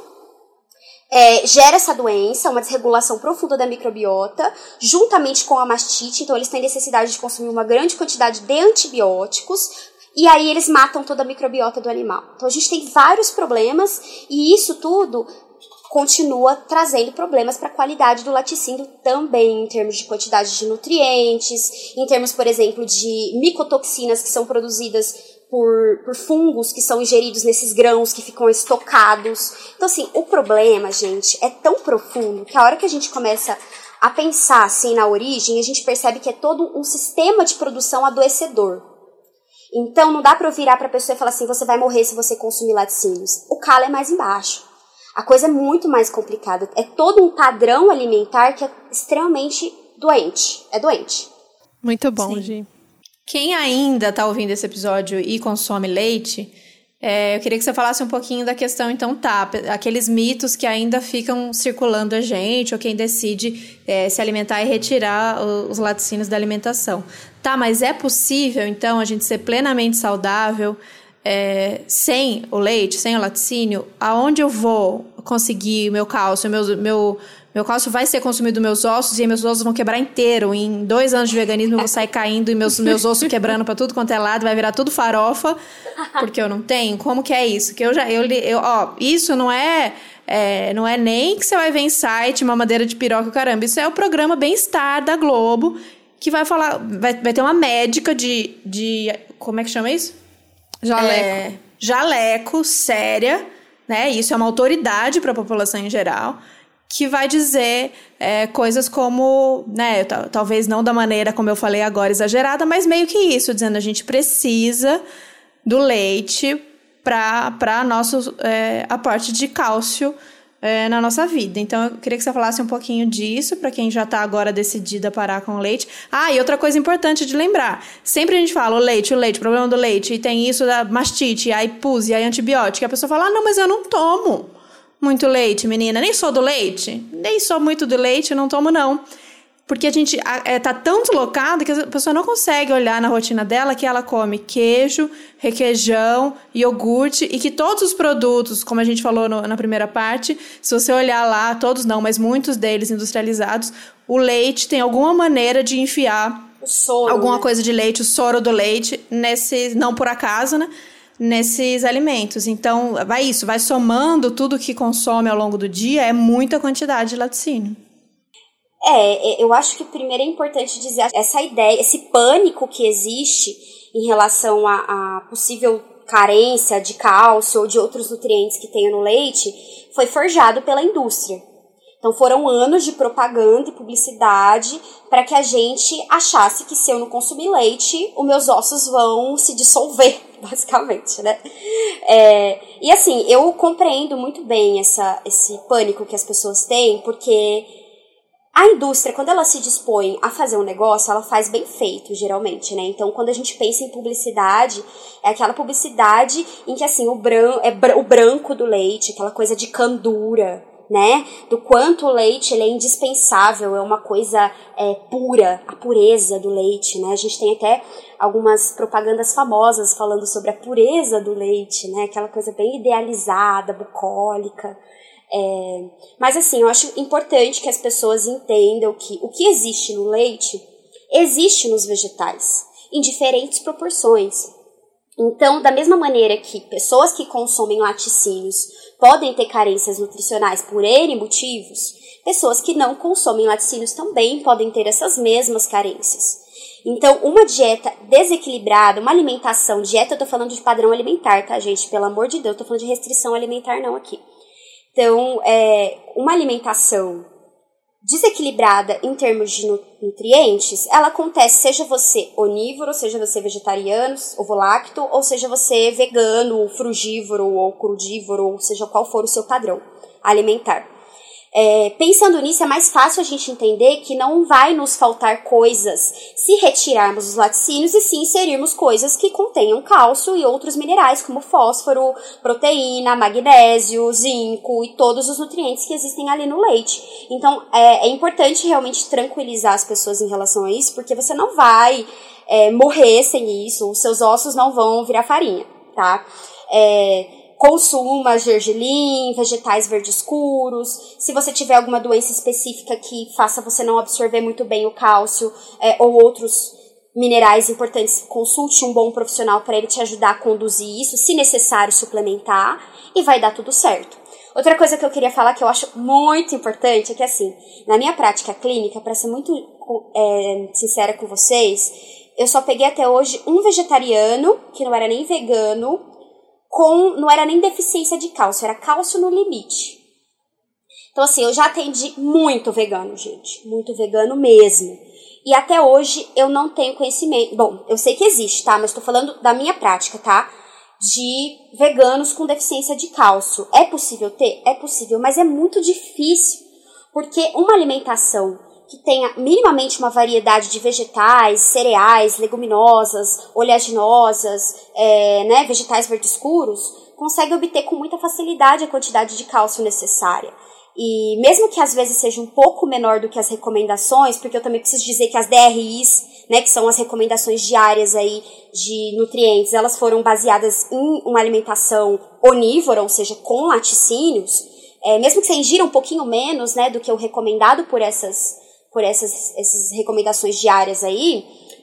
gera essa doença, uma desregulação profunda da microbiota, juntamente com a mastite. Então eles têm necessidade de consumir uma grande quantidade de antibióticos, e aí eles matam toda a microbiota do animal. Então a gente tem vários problemas, e isso tudo continua trazendo problemas para a qualidade do laticínio também, em termos de quantidade de nutrientes, em termos, por exemplo, de micotoxinas que são produzidas por fungos que são ingeridos nesses grãos que ficam estocados. Então, assim, o problema, gente, é tão profundo que a hora que a gente começa a pensar, assim, na origem, a gente percebe que é todo um sistema de produção adoecedor. Então, não dá para eu virar para a pessoa e falar assim, você vai morrer se você consumir laticínios. O calo é mais embaixo. A coisa é muito mais complicada. É todo um padrão alimentar que é extremamente doente. É doente. Muito bom, Gi. Quem ainda está ouvindo esse episódio e consome leite, eu queria que você falasse um pouquinho da questão, então, aqueles mitos que ainda ficam circulando a gente, ou quem decide se alimentar e retirar os laticínios da alimentação. Mas é possível, então, a gente ser plenamente saudável sem o leite, sem o laticínio? Aonde eu vou conseguir o meu cálcio? Meu cálcio vai ser consumido dos meus ossos e meus ossos vão quebrar inteiro. Em 2 anos de veganismo eu vou sair caindo e meus ossos quebrando pra tudo quanto é lado, vai virar tudo farofa, porque eu não tenho. Como que é isso? Isso não é nem que você vai ver em site, mamadeira de piroca, caramba. Isso é o programa Bem-Estar da Globo, que vai falar, vai ter uma médica de como é que chama isso? Jaleco, séria, né? Isso é uma autoridade para a população em geral, que vai dizer coisas como, né, talvez não da maneira como eu falei agora, exagerada, mas meio que isso, dizendo a gente precisa do leite para nosso aporte de cálcio na nossa vida. Então, eu queria que você falasse um pouquinho disso, para quem já está agora decidida a parar com o leite. E outra coisa importante de lembrar. Sempre a gente fala o leite, problema do leite, e tem isso da mastite, aí pus, e aí antibiótico. E a pessoa fala, não, mas eu não tomo muito leite, menina. Nem sou do leite. Nem sou muito do leite, não tomo, não. Porque a gente tá tão deslocada que a pessoa não consegue olhar na rotina dela que ela come queijo, requeijão, iogurte e que todos os produtos, como a gente falou na primeira parte, se você olhar lá, todos não, mas muitos deles industrializados, o leite tem alguma maneira de enfiar o soro, alguma coisa de leite, o soro do leite, não por acaso, né? Nesses alimentos. Então, vai somando tudo que consome ao longo do dia, é muita quantidade de laticínio. Eu acho que primeiro é importante dizer essa ideia, esse pânico que existe em relação à possível carência de cálcio ou de outros nutrientes que tem no leite, foi forjado pela indústria. Então foram anos de propaganda e publicidade para que a gente achasse que se eu não consumir leite, os meus ossos vão se dissolver, basicamente, né? E assim, eu compreendo muito bem esse pânico que as pessoas têm, porque a indústria, quando ela se dispõe a fazer um negócio, ela faz bem feito, geralmente, né? Então, quando a gente pensa em publicidade, é aquela publicidade em que, assim, o branco do leite, aquela coisa de candura, né? Do quanto o leite ele é indispensável, é uma coisa pura, a pureza do leite, né? A gente tem até algumas propagandas famosas falando sobre a pureza do leite, né? Aquela coisa bem idealizada, bucólica. Mas assim, eu acho importante que as pessoas entendam que o que existe no leite existe nos vegetais, em diferentes proporções. Então, da mesma maneira que pessoas que consomem laticínios podem ter carências nutricionais por N motivos, pessoas que não consomem laticínios também podem ter essas mesmas carências. Então, uma dieta desequilibrada, uma alimentação, dieta eu tô falando de padrão alimentar, tá, gente? Pelo amor de Deus, eu tô falando de restrição alimentar não aqui. Então, uma alimentação desequilibrada em termos de nutrientes, ela acontece seja você onívoro, seja você vegetariano, ovolacto, ou seja você vegano, frugívoro ou crudívoro, ou seja qual for o seu padrão alimentar. Pensando nisso, é mais fácil a gente entender que não vai nos faltar coisas se retirarmos os laticínios e sim inserirmos coisas que contenham cálcio e outros minerais, como fósforo, proteína, magnésio, zinco e todos os nutrientes que existem ali no leite. Então, é importante realmente tranquilizar as pessoas em relação a isso, porque você não vai morrer sem isso, os seus ossos não vão virar farinha, tá? Consuma gergelim, vegetais verdes escuros. Se você tiver alguma doença específica que faça você não absorver muito bem o cálcio ou outros minerais importantes, consulte um bom profissional para ele te ajudar a conduzir isso, se necessário suplementar, e vai dar tudo certo. Outra coisa que eu queria falar que eu acho muito importante é que, assim, na minha prática clínica, para ser muito sincera com vocês, eu só peguei até hoje um vegetariano, que não era nem vegano, não era nem deficiência de cálcio, era cálcio no limite. Então, assim, eu já atendi muito vegano, gente. Muito vegano mesmo. E até hoje eu não tenho conhecimento. Bom, eu sei que existe, tá? Mas tô falando da minha prática, tá? De veganos com deficiência de cálcio. É possível ter? É possível, mas é muito difícil. Porque uma alimentação que tenha minimamente uma variedade de vegetais, cereais, leguminosas, oleaginosas, vegetais verdes escuros, consegue obter com muita facilidade a quantidade de cálcio necessária. E mesmo que às vezes seja um pouco menor do que as recomendações, porque eu também preciso dizer que as DRIs, né, que são as recomendações diárias aí de nutrientes, elas foram baseadas em uma alimentação onívora, ou seja, com laticínios, mesmo que você ingira um pouquinho menos, né, do que o recomendado por essas recomendações diárias aí,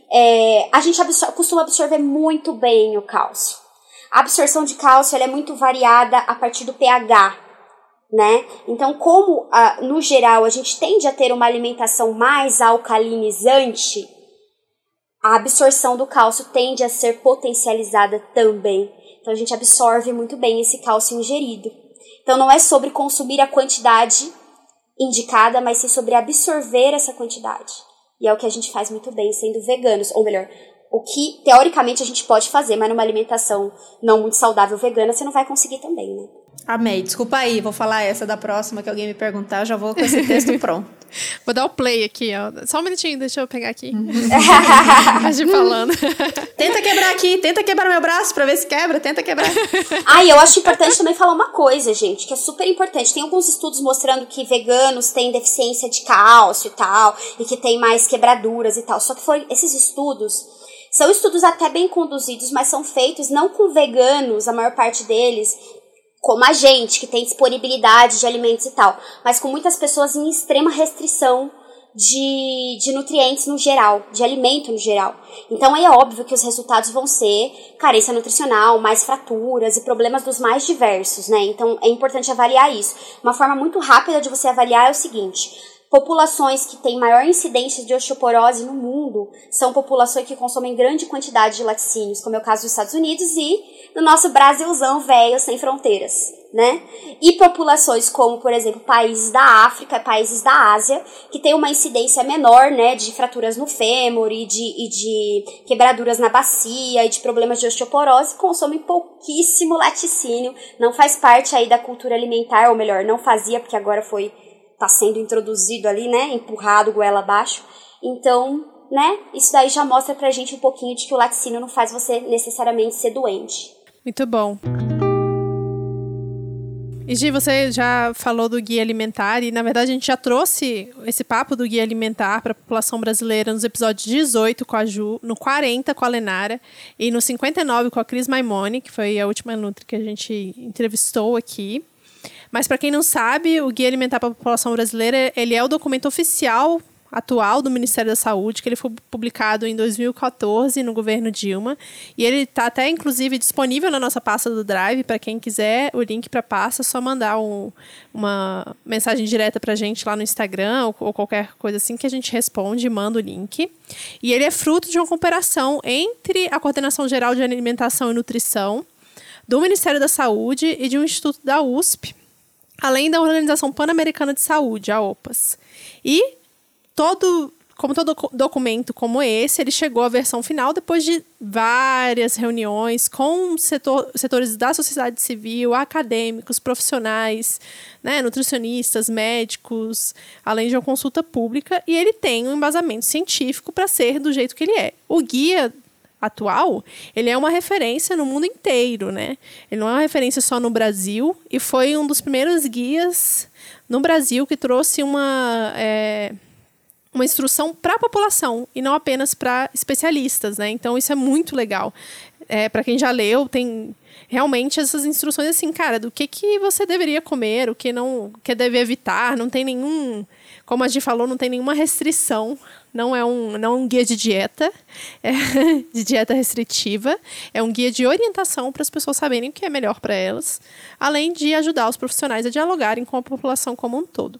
a gente costuma absorver muito bem o cálcio. A absorção de cálcio ela é muito variada a partir do pH, né? Então, como no geral a gente tende a ter uma alimentação mais alcalinizante, a absorção do cálcio tende a ser potencializada também. Então, a gente absorve muito bem esse cálcio ingerido. Então, não é sobre consumir a quantidade indicada, mas sim sobre absorver essa quantidade. E é o que a gente faz muito bem sendo veganos, ou melhor, o que teoricamente a gente pode fazer, mas numa alimentação não muito saudável vegana, você não vai conseguir também, né? Amei. Desculpa aí, vou falar essa da próxima que alguém me perguntar, eu já vou com esse texto pronto. Vou dar o play aqui, ó. Só um minutinho, deixa eu pegar aqui. Mas de falando. Tenta quebrar aqui, tenta quebrar meu braço pra ver se quebra, tenta quebrar. Eu acho importante também falar uma coisa, gente, que é super importante. Tem alguns estudos mostrando que veganos têm deficiência de cálcio e tal, e que tem mais quebraduras e tal. Só que esses estudos são estudos até bem conduzidos, mas são feitos não com veganos, a maior parte deles, como a gente, que tem disponibilidade de alimentos e tal, mas com muitas pessoas em extrema restrição de nutrientes no geral, de alimento no geral. Então é óbvio que os resultados vão ser carência nutricional, mais fraturas e problemas dos mais diversos, né? Então é importante avaliar isso. Uma forma muito rápida de você avaliar é o seguinte: populações que têm maior incidência de osteoporose no mundo são populações que consomem grande quantidade de laticínios, como é o caso dos Estados Unidos e do nosso Brasilzão velho sem fronteiras, né? E populações como, por exemplo, países da África, países da Ásia, que têm uma incidência menor, né, de fraturas no fêmur e de quebraduras na bacia e de problemas de osteoporose, consomem pouquíssimo laticínio, não faz parte aí da cultura alimentar, ou melhor, não fazia, porque agora tá sendo introduzido ali, né, empurrado goela abaixo. Então, né, isso daí já mostra pra gente um pouquinho de que o laticínio não faz você necessariamente ser doente. Muito bom. E Gi, você já falou do guia alimentar e, na verdade, a gente já trouxe esse papo do guia alimentar para a população brasileira nos episódios 18 com a Ju, no 40 com a Lenara e no 59 com a Cris Maimone, que foi a última Nutri que a gente entrevistou aqui. Mas, para quem não sabe, o Guia Alimentar para a População Brasileira, ele é o documento oficial atual do Ministério da Saúde, que ele foi publicado em 2014 no governo Dilma. E ele está até, inclusive, disponível na nossa pasta do Drive. Para quem quiser o link para a pasta, é só mandar uma mensagem direta para a gente lá no Instagram ou qualquer coisa assim que a gente responde e manda o link. E ele é fruto de uma cooperação entre a Coordenação Geral de Alimentação e Nutrição, do Ministério da Saúde e de um instituto da USP, além da Organização Pan-Americana de Saúde, a OPAS. E como todo documento como esse, ele chegou à versão final depois de várias reuniões com setores da sociedade civil, acadêmicos, profissionais, né, nutricionistas, médicos, além de uma consulta pública, e ele tem um embasamento científico para ser do jeito que ele é. O guia atual, ele é uma referência no mundo inteiro, né? Ele não é uma referência só no Brasil, e foi um dos primeiros guias no Brasil que trouxe uma instrução para a população e não apenas para especialistas, né? Então, isso é muito legal. Para quem já leu, tem realmente essas instruções assim, cara, do que você deveria comer, o que deve evitar, não tem nenhum, como a gente falou, não tem nenhuma restrição, não é um guia de dieta, de dieta restritiva, é um guia de orientação para as pessoas saberem o que é melhor para elas, além de ajudar os profissionais a dialogarem com a população como um todo.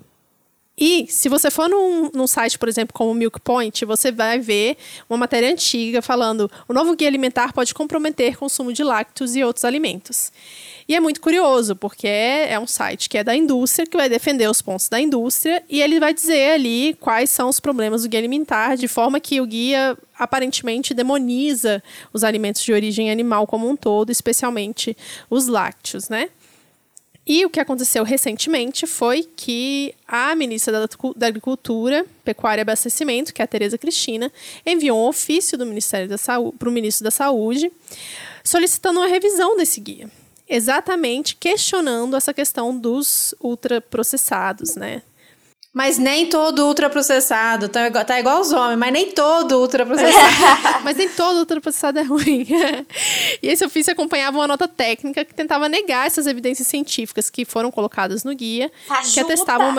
E se você for num site, por exemplo, como o Milk Point, você vai ver uma matéria antiga falando: o novo guia alimentar pode comprometer o consumo de lácteos e outros alimentos. E é muito curioso, porque é um site que é da indústria, que vai defender os pontos da indústria, e ele vai dizer ali quais são os problemas do guia alimentar, de forma que o guia aparentemente demoniza os alimentos de origem animal como um todo, especialmente os lácteos, né? E o que aconteceu recentemente foi que a ministra da Agricultura, Pecuária e Abastecimento, que é a Tereza Cristina, enviou um ofício do Ministério da Saúde para o ministro da Saúde, solicitando uma revisão desse guia, exatamente questionando essa questão dos ultraprocessados, né? Mas nem todo ultraprocessado, tá igual os homens, mas nem todo ultraprocessado. Mas nem todo ultraprocessado é ruim. E esse ofício acompanhava uma nota técnica que tentava negar essas evidências científicas que foram colocadas no guia, que atestavam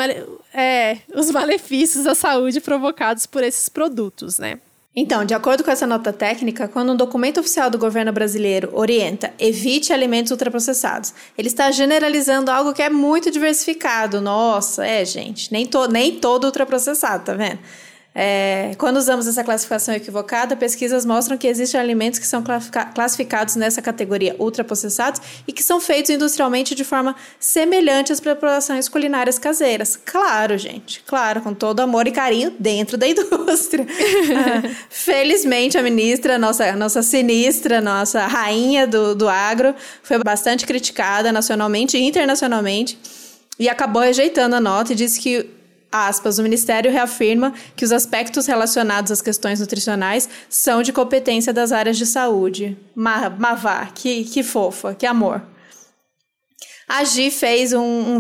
os malefícios à saúde provocados por esses produtos, né? Então, de acordo com essa nota técnica, quando um documento oficial do governo brasileiro orienta evite alimentos ultraprocessados, ele está generalizando algo que é muito diversificado. Nossa, gente, nem todo ultraprocessado, tá vendo? Quando usamos essa classificação equivocada, pesquisas mostram que existem alimentos que são classificados nessa categoria ultraprocessados e que são feitos industrialmente de forma semelhante às preparações culinárias caseiras. Claro, gente, claro, com todo amor e carinho dentro da indústria. Felizmente, a ministra, nossa sinistra, nossa rainha do agro, foi bastante criticada nacionalmente e internacionalmente e acabou rejeitando a nota e disse que, aspas, o Ministério reafirma que os aspectos relacionados às questões nutricionais são de competência das áreas de saúde. Mavá, que fofa, que amor. A Gi fez um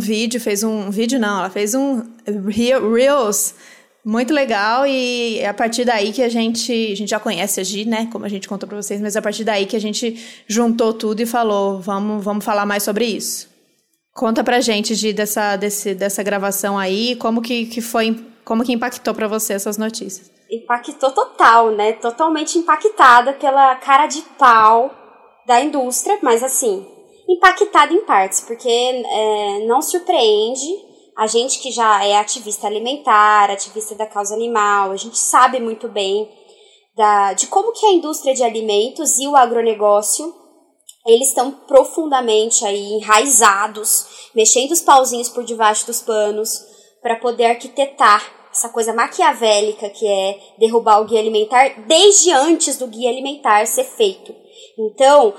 Reels muito legal e é a partir daí que a gente já conhece a Gi, né, como a gente contou pra vocês, mas é a partir daí que a gente juntou tudo e falou, vamos falar mais sobre isso. Conta pra gente, Gi, dessa gravação aí, como que impactou pra você essas notícias? Impactou total, né? Totalmente impactada pela cara de pau da indústria, mas assim, impactada em partes, porque não surpreende a gente que já é ativista alimentar, ativista da causa animal, a gente sabe muito bem de como que a indústria de alimentos e o agronegócio eles estão profundamente aí enraizados, mexendo os pauzinhos por debaixo dos panos para poder arquitetar essa coisa maquiavélica que é derrubar o guia alimentar desde antes do guia alimentar ser feito. Então,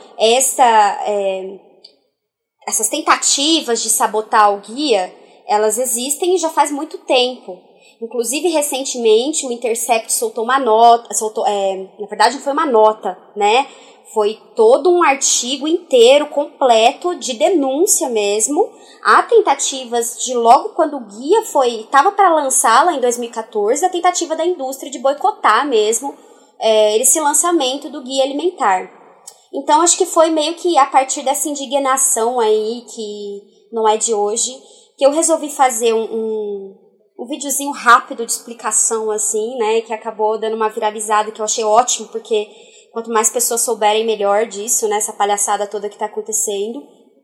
essas tentativas de sabotar o guia, elas existem e já faz muito tempo. Inclusive, recentemente, o Intercept soltou uma nota, na verdade não foi uma nota, né? Foi todo um artigo inteiro, completo, de denúncia mesmo. Há tentativas de logo quando o guia estava para lançar lá em 2014, a tentativa da indústria de boicotar mesmo esse lançamento do guia alimentar. Então, acho que foi meio que a partir dessa indignação aí, que não é de hoje, que eu resolvi fazer um videozinho rápido de explicação, assim, né, que acabou dando uma viralizada, que eu achei ótimo, porque quanto mais pessoas souberem melhor disso, né, essa palhaçada toda que está acontecendo.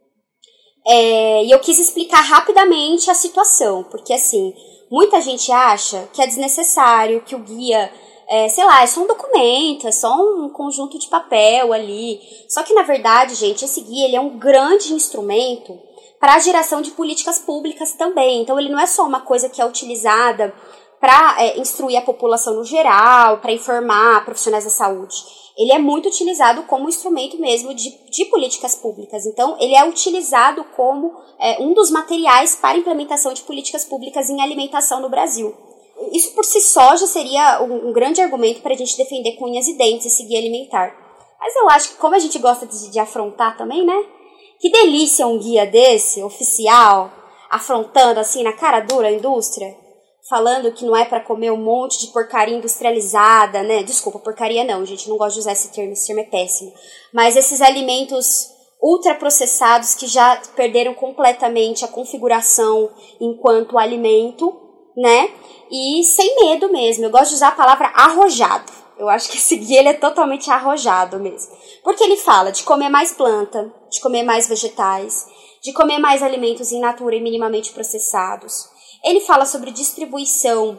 E eu quis explicar rapidamente a situação, porque, assim, muita gente acha que é desnecessário, que o guia, é só um documento, é só um conjunto de papel ali. Só que, na verdade, gente, esse guia ele é um grande instrumento para a geração de políticas públicas também. Então, ele não é só uma coisa que é utilizada para instruir a população no geral, para informar profissionais da saúde. Ele é muito utilizado como instrumento mesmo de políticas públicas. Então, ele é utilizado como um dos materiais para implementação de políticas públicas em alimentação no Brasil. Isso por si só já seria um grande argumento para a gente defender com unhas e dentes esse guia alimentar. Mas eu acho que como a gente gosta de afrontar também, né? Que delícia um guia desse, oficial, afrontando assim na cara dura a indústria, falando que não é para comer um monte de porcaria industrializada, né? Desculpa, porcaria não, gente, não gosto de usar esse termo é péssimo. Mas esses alimentos ultraprocessados que já perderam completamente a configuração enquanto alimento, né? E sem medo mesmo, eu gosto de usar a palavra arrojado. Eu acho que esse guia ele é totalmente arrojado mesmo. Porque ele fala de comer mais planta, de comer mais vegetais, de comer mais alimentos in natura e minimamente processados. Ele fala sobre distribuição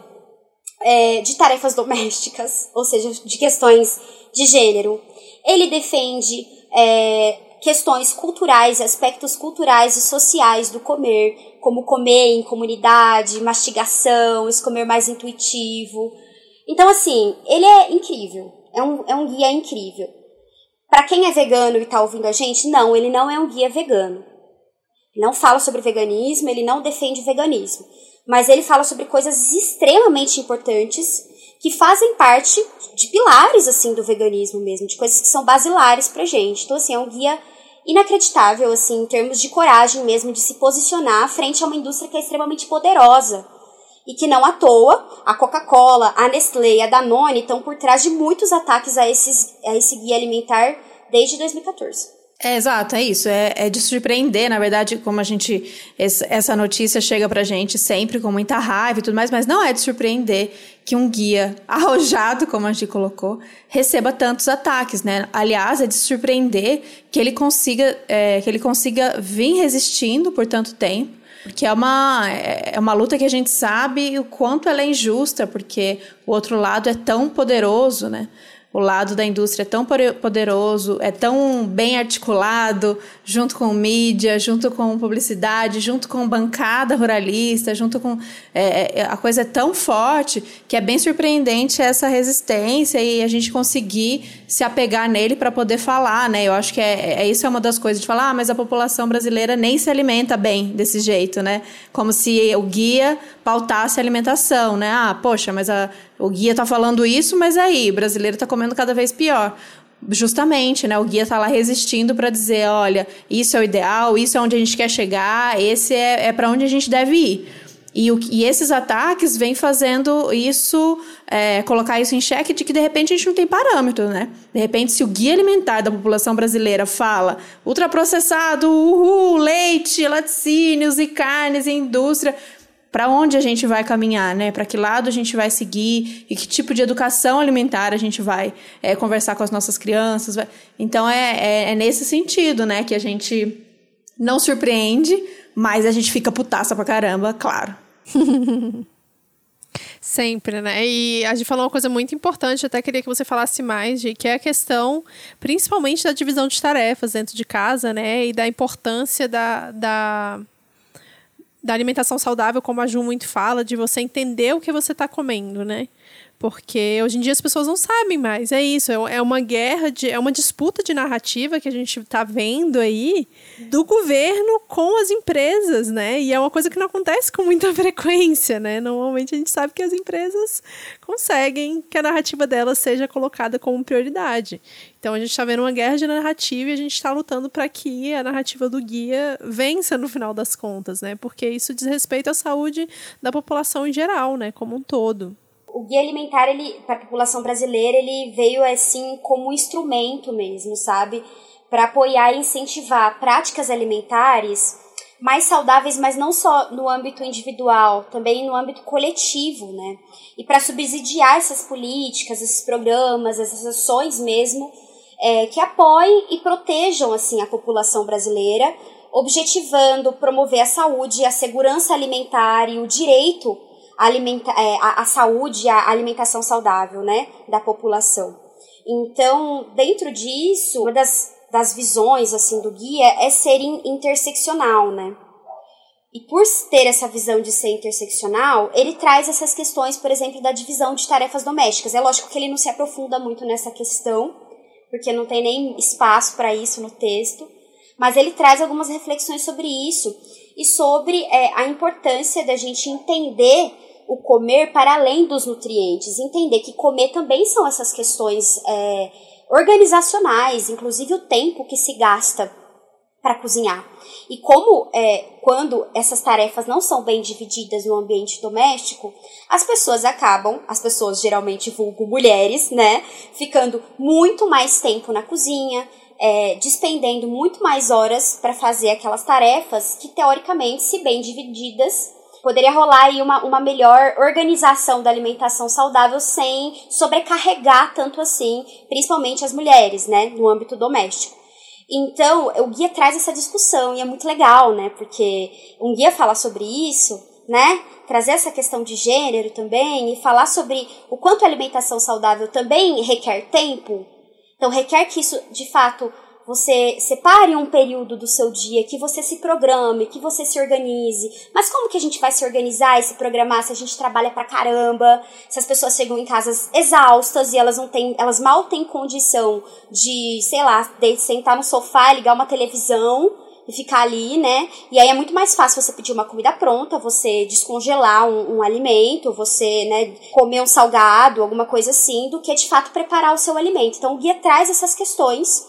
de tarefas domésticas, ou seja, de questões de gênero. Ele defende questões culturais, aspectos culturais e sociais do comer, como comer em comunidade, mastigação, esse comer mais intuitivo. Então, assim, ele é incrível, é um guia incrível. Para quem é vegano e está ouvindo a gente, não, ele não é um guia vegano. Ele não fala sobre veganismo, ele não defende veganismo. Mas ele fala sobre coisas extremamente importantes que fazem parte de pilares, assim, do veganismo mesmo, de coisas que são basilares pra gente. Então, assim, é um guia inacreditável, assim, em termos de coragem mesmo, de se posicionar frente a uma indústria que é extremamente poderosa. E que não à toa, a Coca-Cola, a Nestlé e a Danone estão por trás de muitos ataques a esse guia alimentar desde 2014. Exato, é isso, é de surpreender, na verdade, como essa notícia chega pra gente sempre com muita raiva e tudo mais, mas não é de surpreender que um guia arrojado, como a gente colocou, receba tantos ataques, né? Aliás, é de surpreender que ele consiga vir resistindo por tanto tempo, Porque é uma luta que a gente sabe o quanto ela é injusta, porque o outro lado é tão poderoso, né? O lado da indústria é tão poderoso, é tão bem articulado, junto com mídia, junto com publicidade, junto com bancada ruralista, junto com... a coisa é tão forte que é bem surpreendente essa resistência e a gente conseguir se apegar nele para poder falar, né? Eu acho que isso é uma das coisas de falar, mas a população brasileira nem se alimenta bem desse jeito, né? Como se o guia pautasse a alimentação, né? Poxa, mas o guia tá falando isso, mas aí, o brasileiro tá comendo cada vez pior. Justamente, né? O guia tá lá resistindo para dizer, olha, isso é o ideal, isso é onde a gente quer chegar, esse é para onde a gente deve ir. E esses ataques vêm fazendo isso, colocar isso em xeque de que, de repente, a gente não tem parâmetro, né? De repente, se o guia alimentar da população brasileira fala ultraprocessado, leite, laticínios e carnes e indústria... Para onde a gente vai caminhar, né? Para que lado a gente vai seguir e que tipo de educação alimentar a gente vai conversar com as nossas crianças. Então, é nesse sentido, né? Que a gente não surpreende, mas a gente fica putaça pra caramba, claro. Sempre, né? E a gente falou uma coisa muito importante, até queria que você falasse mais, que é a questão, principalmente da divisão de tarefas dentro de casa, né? E da importância da alimentação saudável, como a Ju muito fala, de você entender o que você está comendo, né? Porque hoje em dia as pessoas não sabem mais, é isso, é uma guerra, é uma disputa de narrativa que a gente está vendo aí do governo com as empresas, né? E é uma coisa que não acontece com muita frequência, né? Normalmente a gente sabe que as empresas conseguem que a narrativa delas seja colocada como prioridade. Então a gente está vendo uma guerra de narrativa e a gente está lutando para que a narrativa do guia vença no final das contas, né? Porque isso diz respeito à saúde da população em geral, né? Como um todo. O guia alimentar, para a população brasileira, ele veio assim como um instrumento mesmo, sabe? Para apoiar e incentivar práticas alimentares mais saudáveis, mas não só no âmbito individual, também no âmbito coletivo, né? E para subsidiar essas políticas, esses programas, essas ações mesmo, que apoiem e protejam assim a população brasileira, objetivando promover a saúde, a segurança alimentar e o direito a saúde, a alimentação saudável, né, da população. Então, dentro disso, uma das visões assim do guia é ser interseccional, né? E por ter essa visão de ser interseccional, ele traz essas questões, por exemplo, da divisão de tarefas domésticas. É lógico que ele não se aprofunda muito nessa questão, porque não tem nem espaço para isso no texto, mas ele traz algumas reflexões sobre isso e sobre a importância da gente entender o comer para além dos nutrientes, entender que comer também são essas questões organizacionais, inclusive o tempo que se gasta para cozinhar. E como quando essas tarefas não são bem divididas no ambiente doméstico, as pessoas geralmente vulgo mulheres, né, ficando muito mais tempo na cozinha, despendendo muito mais horas para fazer aquelas tarefas que, teoricamente, se bem divididas, poderia rolar aí uma melhor organização da alimentação saudável sem sobrecarregar tanto assim, principalmente as mulheres, né, no âmbito doméstico. Então, o guia traz essa discussão e é muito legal, né, porque um guia falar sobre isso, né, trazer essa questão de gênero também e falar sobre o quanto a alimentação saudável também requer tempo. Então, requer que isso, de fato, você separe um período do seu dia, que você se programe, que você se organize. Mas como que a gente vai se organizar e se programar se a gente trabalha pra caramba, se as pessoas chegam em casas exaustas e elas mal têm condição de, sei lá, sentar no sofá, ligar uma televisão e ficar ali, né? E aí é muito mais fácil você pedir uma comida pronta, você descongelar um alimento, você, né, comer um salgado, alguma coisa assim, do que de fato preparar o seu alimento. Então o guia traz essas questões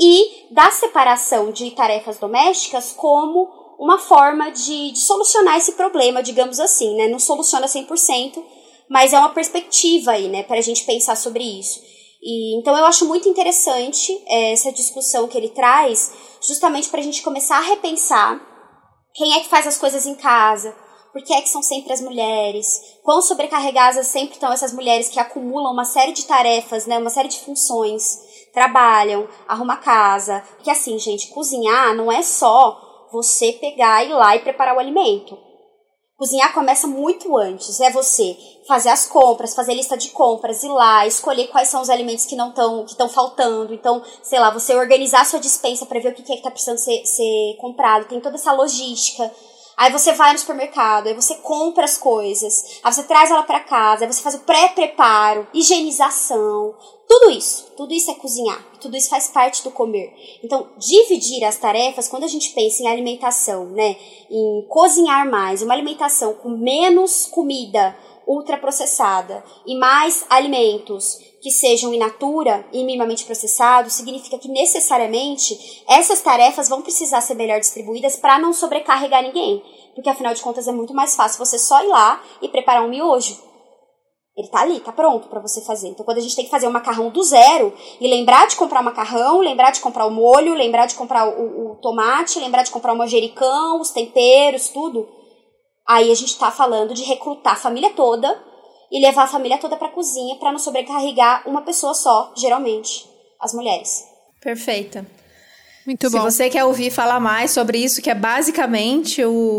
e da separação de tarefas domésticas como uma forma de solucionar esse problema, digamos assim, né? Não soluciona 100%, mas é uma perspectiva aí, né, para a gente pensar sobre isso. E, então eu acho muito interessante essa discussão que ele traz, justamente para a gente começar a repensar quem é que faz as coisas em casa, por que é que são sempre as mulheres, quão sobrecarregadas sempre estão essas mulheres que acumulam uma série de tarefas, né, uma série de funções, trabalham, arrumam a casa. Porque assim, gente, cozinhar não é só você pegar, ir lá e preparar o alimento. Cozinhar começa muito antes, é você fazer as compras, fazer lista de compras, ir lá, escolher quais são os alimentos que estão faltando. Então, sei lá, você organizar a sua despensa para ver o que está precisando ser comprado. Tem toda essa logística. Aí você vai no supermercado, aí você compra as coisas, aí você traz ela para casa, aí você faz o pré-preparo, higienização. Tudo isso é cozinhar, tudo isso faz parte do comer. Então, dividir as tarefas, quando a gente pensa em alimentação, né, em cozinhar mais, uma alimentação com menos comida ultraprocessada e mais alimentos que sejam in natura e minimamente processados, significa que necessariamente essas tarefas vão precisar ser melhor distribuídas para não sobrecarregar ninguém. Porque afinal de contas é muito mais fácil você só ir lá e preparar um miojo. Ele tá ali, tá pronto para você fazer. Então quando a gente tem que fazer um macarrão do zero e lembrar de comprar o macarrão, lembrar de comprar o molho, lembrar de comprar o tomate, lembrar de comprar o manjericão, os temperos, tudo, aí a gente tá falando de recrutar a família toda e levar a família toda para a cozinha para não sobrecarregar uma pessoa só, geralmente, as mulheres. Perfeita. Muito bom. Se você quer ouvir falar mais sobre isso, que é basicamente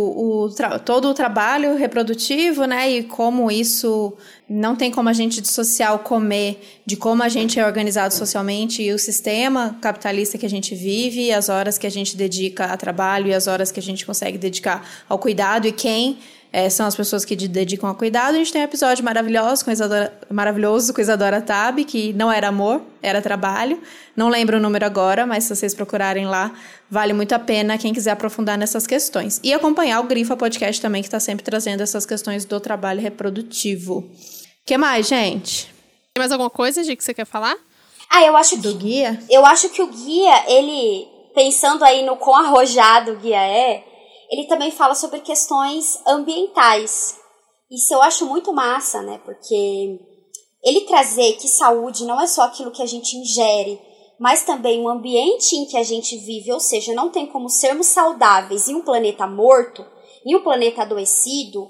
todo o trabalho reprodutivo, né? E como isso não tem como a gente dissociar o comer de como a gente é organizado socialmente e o sistema capitalista que a gente vive, e as horas que a gente dedica a trabalho e as horas que a gente consegue dedicar ao cuidado e quem são as pessoas que dedicam ao cuidado. A gente tem um episódio maravilhoso com Isadora Tabe, que não era amor, era trabalho. Não lembro o número agora, mas se vocês procurarem lá, vale muito a pena quem quiser aprofundar nessas questões. E acompanhar o Grifa Podcast também, que está sempre trazendo essas questões do trabalho reprodutivo. O que mais, gente? Tem mais alguma coisa, Gi, que você quer falar? Eu acho do guia? Eu acho que o guia, ele, pensando aí no quão arrojado o guia ele também fala sobre questões ambientais. Isso eu acho muito massa, né? Porque ele trazer que saúde não é só aquilo que a gente ingere, mas também o ambiente em que a gente vive, ou seja, não tem como sermos saudáveis em um planeta morto, em um planeta adoecido.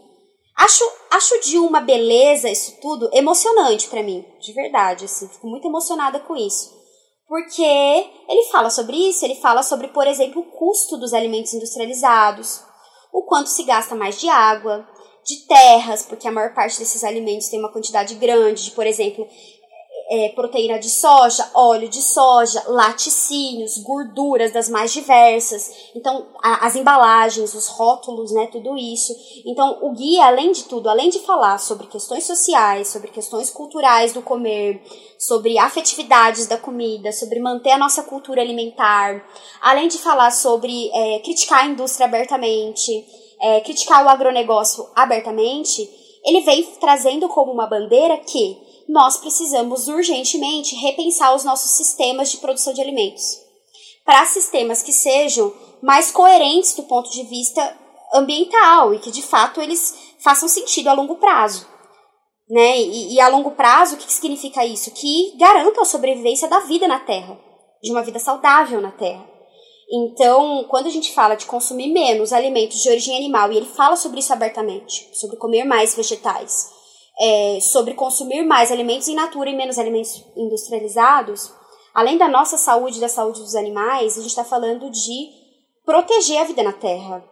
Acho de uma beleza isso tudo emocionante pra mim, de verdade, assim, fico muito emocionada com isso. Porque ele fala sobre isso, ele fala sobre, por exemplo, o custo dos alimentos industrializados, o quanto se gasta mais de água, de terras, porque a maior parte desses alimentos tem uma quantidade grande de, por exemplo, proteína de soja, óleo de soja, laticínios, gorduras das mais diversas. Então, as embalagens, os rótulos, né, tudo isso. Então, o guia, além de tudo, além de falar sobre questões sociais, sobre questões culturais do comer, sobre afetividades da comida, sobre manter a nossa cultura alimentar, além de falar sobre criticar a indústria abertamente, criticar o agronegócio abertamente, ele vem trazendo como uma bandeira que nós precisamos urgentemente repensar os nossos sistemas de produção de alimentos para sistemas que sejam mais coerentes do ponto de vista ambiental e que, de fato, eles façam sentido a longo prazo. Né? E a longo prazo, o que significa isso? Que garanta a sobrevivência da vida na Terra, de uma vida saudável na Terra. Então, quando a gente fala de consumir menos alimentos de origem animal, e ele fala sobre isso abertamente, sobre comer mais vegetais, sobre consumir mais alimentos in natura e menos alimentos industrializados, além da nossa saúde e da saúde dos animais, a gente está falando de proteger a vida na Terra,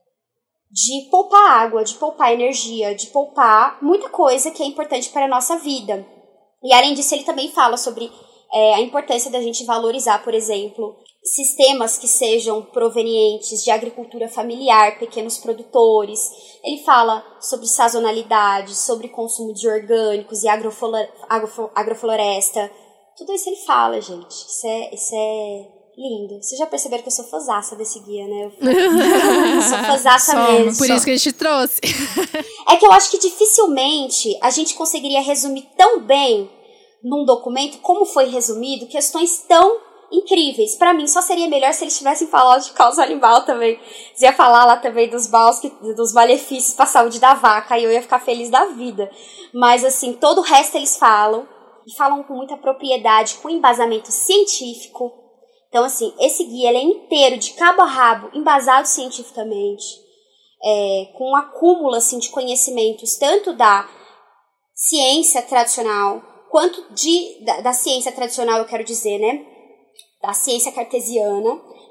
de poupar água, de poupar energia, de poupar muita coisa que é importante para a nossa vida. E além disso, ele também fala sobre a importância da gente valorizar, por exemplo, sistemas que sejam provenientes de agricultura familiar, pequenos produtores. Ele fala sobre sazonalidade, sobre consumo de orgânicos e agrofloresta. Tudo isso ele fala, gente. Isso é lindo. Vocês já perceberam que eu sou fãzaça desse guia, né? Eu sou fãzaça mesmo. Por isso que a gente trouxe. É que eu acho que dificilmente a gente conseguiria resumir tão bem num documento como foi resumido questões tão incríveis. Pra mim, só seria melhor se eles tivessem falado de causa animal também. Eles iam falar lá também dos malefícios pra saúde da vaca, e eu ia ficar feliz da vida. Mas, assim, todo o resto eles falam, e falam com muita propriedade, com embasamento científico. Então, assim, esse guia ele é inteiro, de cabo a rabo, embasado cientificamente, com um acúmulo, assim, de conhecimentos, tanto da ciência tradicional, quanto da ciência tradicional, eu quero dizer, né? Da ciência cartesiana,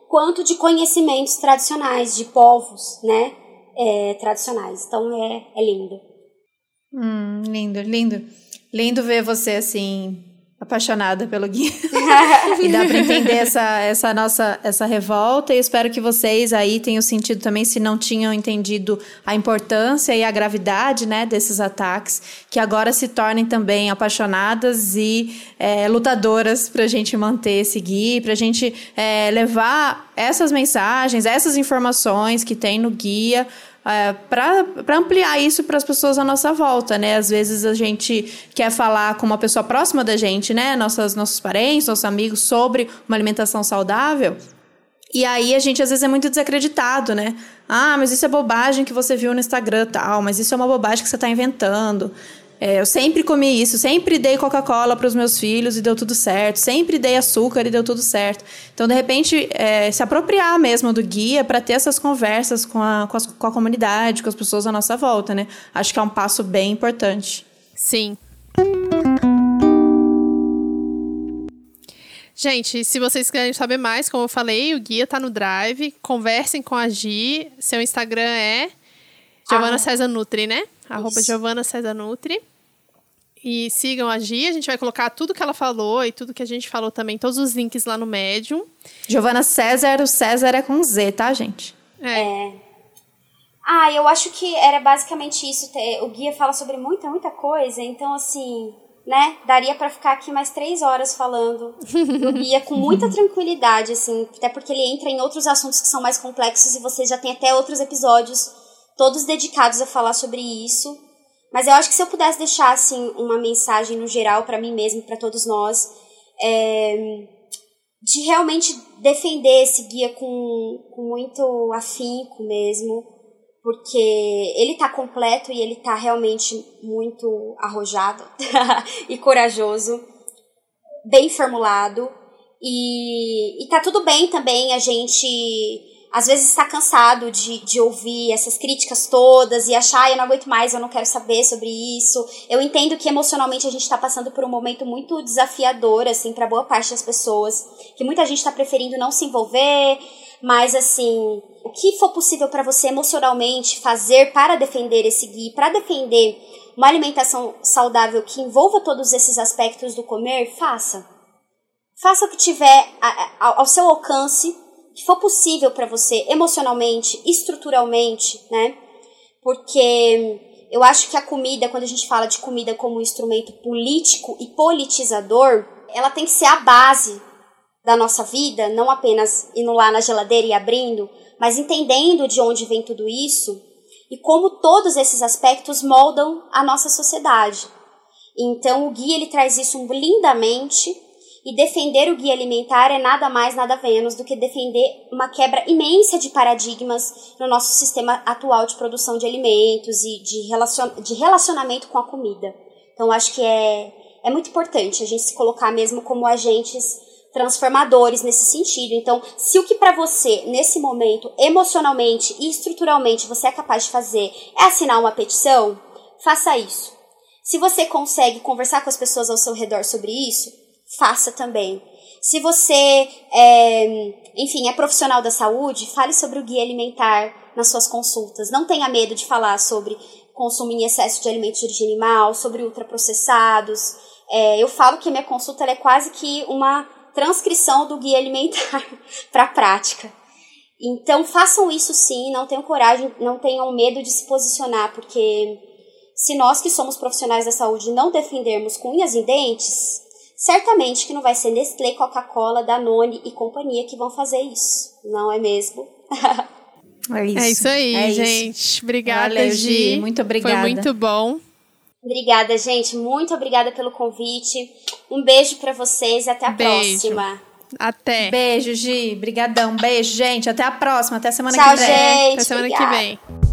quanto de conhecimentos tradicionais, de povos, né, tradicionais. Então, é lindo. Lindo, lindo. Lindo ver você, assim, apaixonada pelo guia. E dá para entender essa revolta. E espero que vocês aí tenham sentido também, se não tinham entendido a importância e a gravidade, né, desses ataques, que agora se tornem também apaixonadas e lutadoras para a gente manter esse guia, para a gente levar essas mensagens, essas informações que tem no guia, para ampliar isso para as pessoas à nossa volta, né? Às vezes a gente quer falar com uma pessoa próxima da gente, né? Nossos parentes, nossos amigos, sobre uma alimentação saudável. E aí a gente às vezes é muito desacreditado, né? Ah, mas isso é bobagem que você viu no Instagram, tal. Mas isso é uma bobagem que você está inventando. Eu sempre comi isso, sempre dei Coca-Cola para os meus filhos e deu tudo certo, sempre dei açúcar e deu tudo certo. Então, de repente, se apropriar mesmo do guia para ter essas conversas com a comunidade, com as pessoas à nossa volta, né? Acho que é um passo bem importante. Sim. Gente, se vocês querem saber mais, como eu falei, o guia tá no Drive. Conversem com a Gi. Seu Instagram é Giovana César Nutri, né? @Giovana César Nutri. E sigam a Gi, a gente vai colocar tudo que ela falou e tudo que a gente falou também, todos os links lá no Medium. Giovana César, o César é com Z, tá, gente? Eu acho que era basicamente isso. O guia fala sobre muita, muita coisa, então assim, né, daria pra ficar aqui mais 3 horas falando do guia com muita tranquilidade, assim, até porque ele entra em outros assuntos que são mais complexos e você já tem até outros episódios todos dedicados a falar sobre isso. Mas eu acho que se eu pudesse deixar, assim, uma mensagem no geral para mim mesma e para todos nós, de realmente defender esse guia com muito afinco mesmo, porque ele tá completo e ele tá realmente muito arrojado e corajoso, bem formulado, e tá tudo bem também a gente às vezes está cansado de ouvir essas críticas todas e achar, eu não aguento mais, eu não quero saber sobre isso. Eu entendo que emocionalmente a gente está passando por um momento muito desafiador, assim, para boa parte das pessoas, que muita gente está preferindo não se envolver, mas, assim, o que for possível para você emocionalmente fazer para defender esse guia, para defender uma alimentação saudável que envolva todos esses aspectos do comer, faça. Faça o que tiver ao seu alcance, que for possível para você emocionalmente, estruturalmente, né? Porque eu acho que a comida, quando a gente fala de comida como um instrumento político e politizador, ela tem que ser a base da nossa vida, não apenas indo lá na geladeira e abrindo, mas entendendo de onde vem tudo isso e como todos esses aspectos moldam a nossa sociedade. Então o guia ele traz isso lindamente. E defender o guia alimentar é nada mais, nada menos do que defender uma quebra imensa de paradigmas no nosso sistema atual de produção de alimentos e de relacionamento com a comida. Então, acho que é muito importante a gente se colocar mesmo como agentes transformadores nesse sentido. Então, se o que para você, nesse momento, emocionalmente e estruturalmente, você é capaz de fazer é assinar uma petição, faça isso. Se você consegue conversar com as pessoas ao seu redor sobre isso, faça também. Se você, enfim, é profissional da saúde, fale sobre o guia alimentar nas suas consultas. Não tenha medo de falar sobre consumo em excesso de alimentos de origem animal, sobre ultraprocessados. Eu falo que a minha consulta ela é quase que uma transcrição do guia alimentar para a prática. Então, façam isso sim, não tenham coragem, não tenham medo de se posicionar, porque se nós que somos profissionais da saúde não defendermos com unhas e dentes, certamente que não vai ser Nestlé, Coca-Cola, Danone e companhia que vão fazer isso, não é mesmo? É isso aí, gente. Obrigada, valeu, Gi. Muito obrigada. Foi muito bom. Obrigada, gente. Muito obrigada pelo convite. Um beijo pra vocês e até a próxima. Até. Beijo, Gi. Brigadão. Beijo, gente. Até a próxima. Até semana que vem. Gente, até semana obrigada. que vem.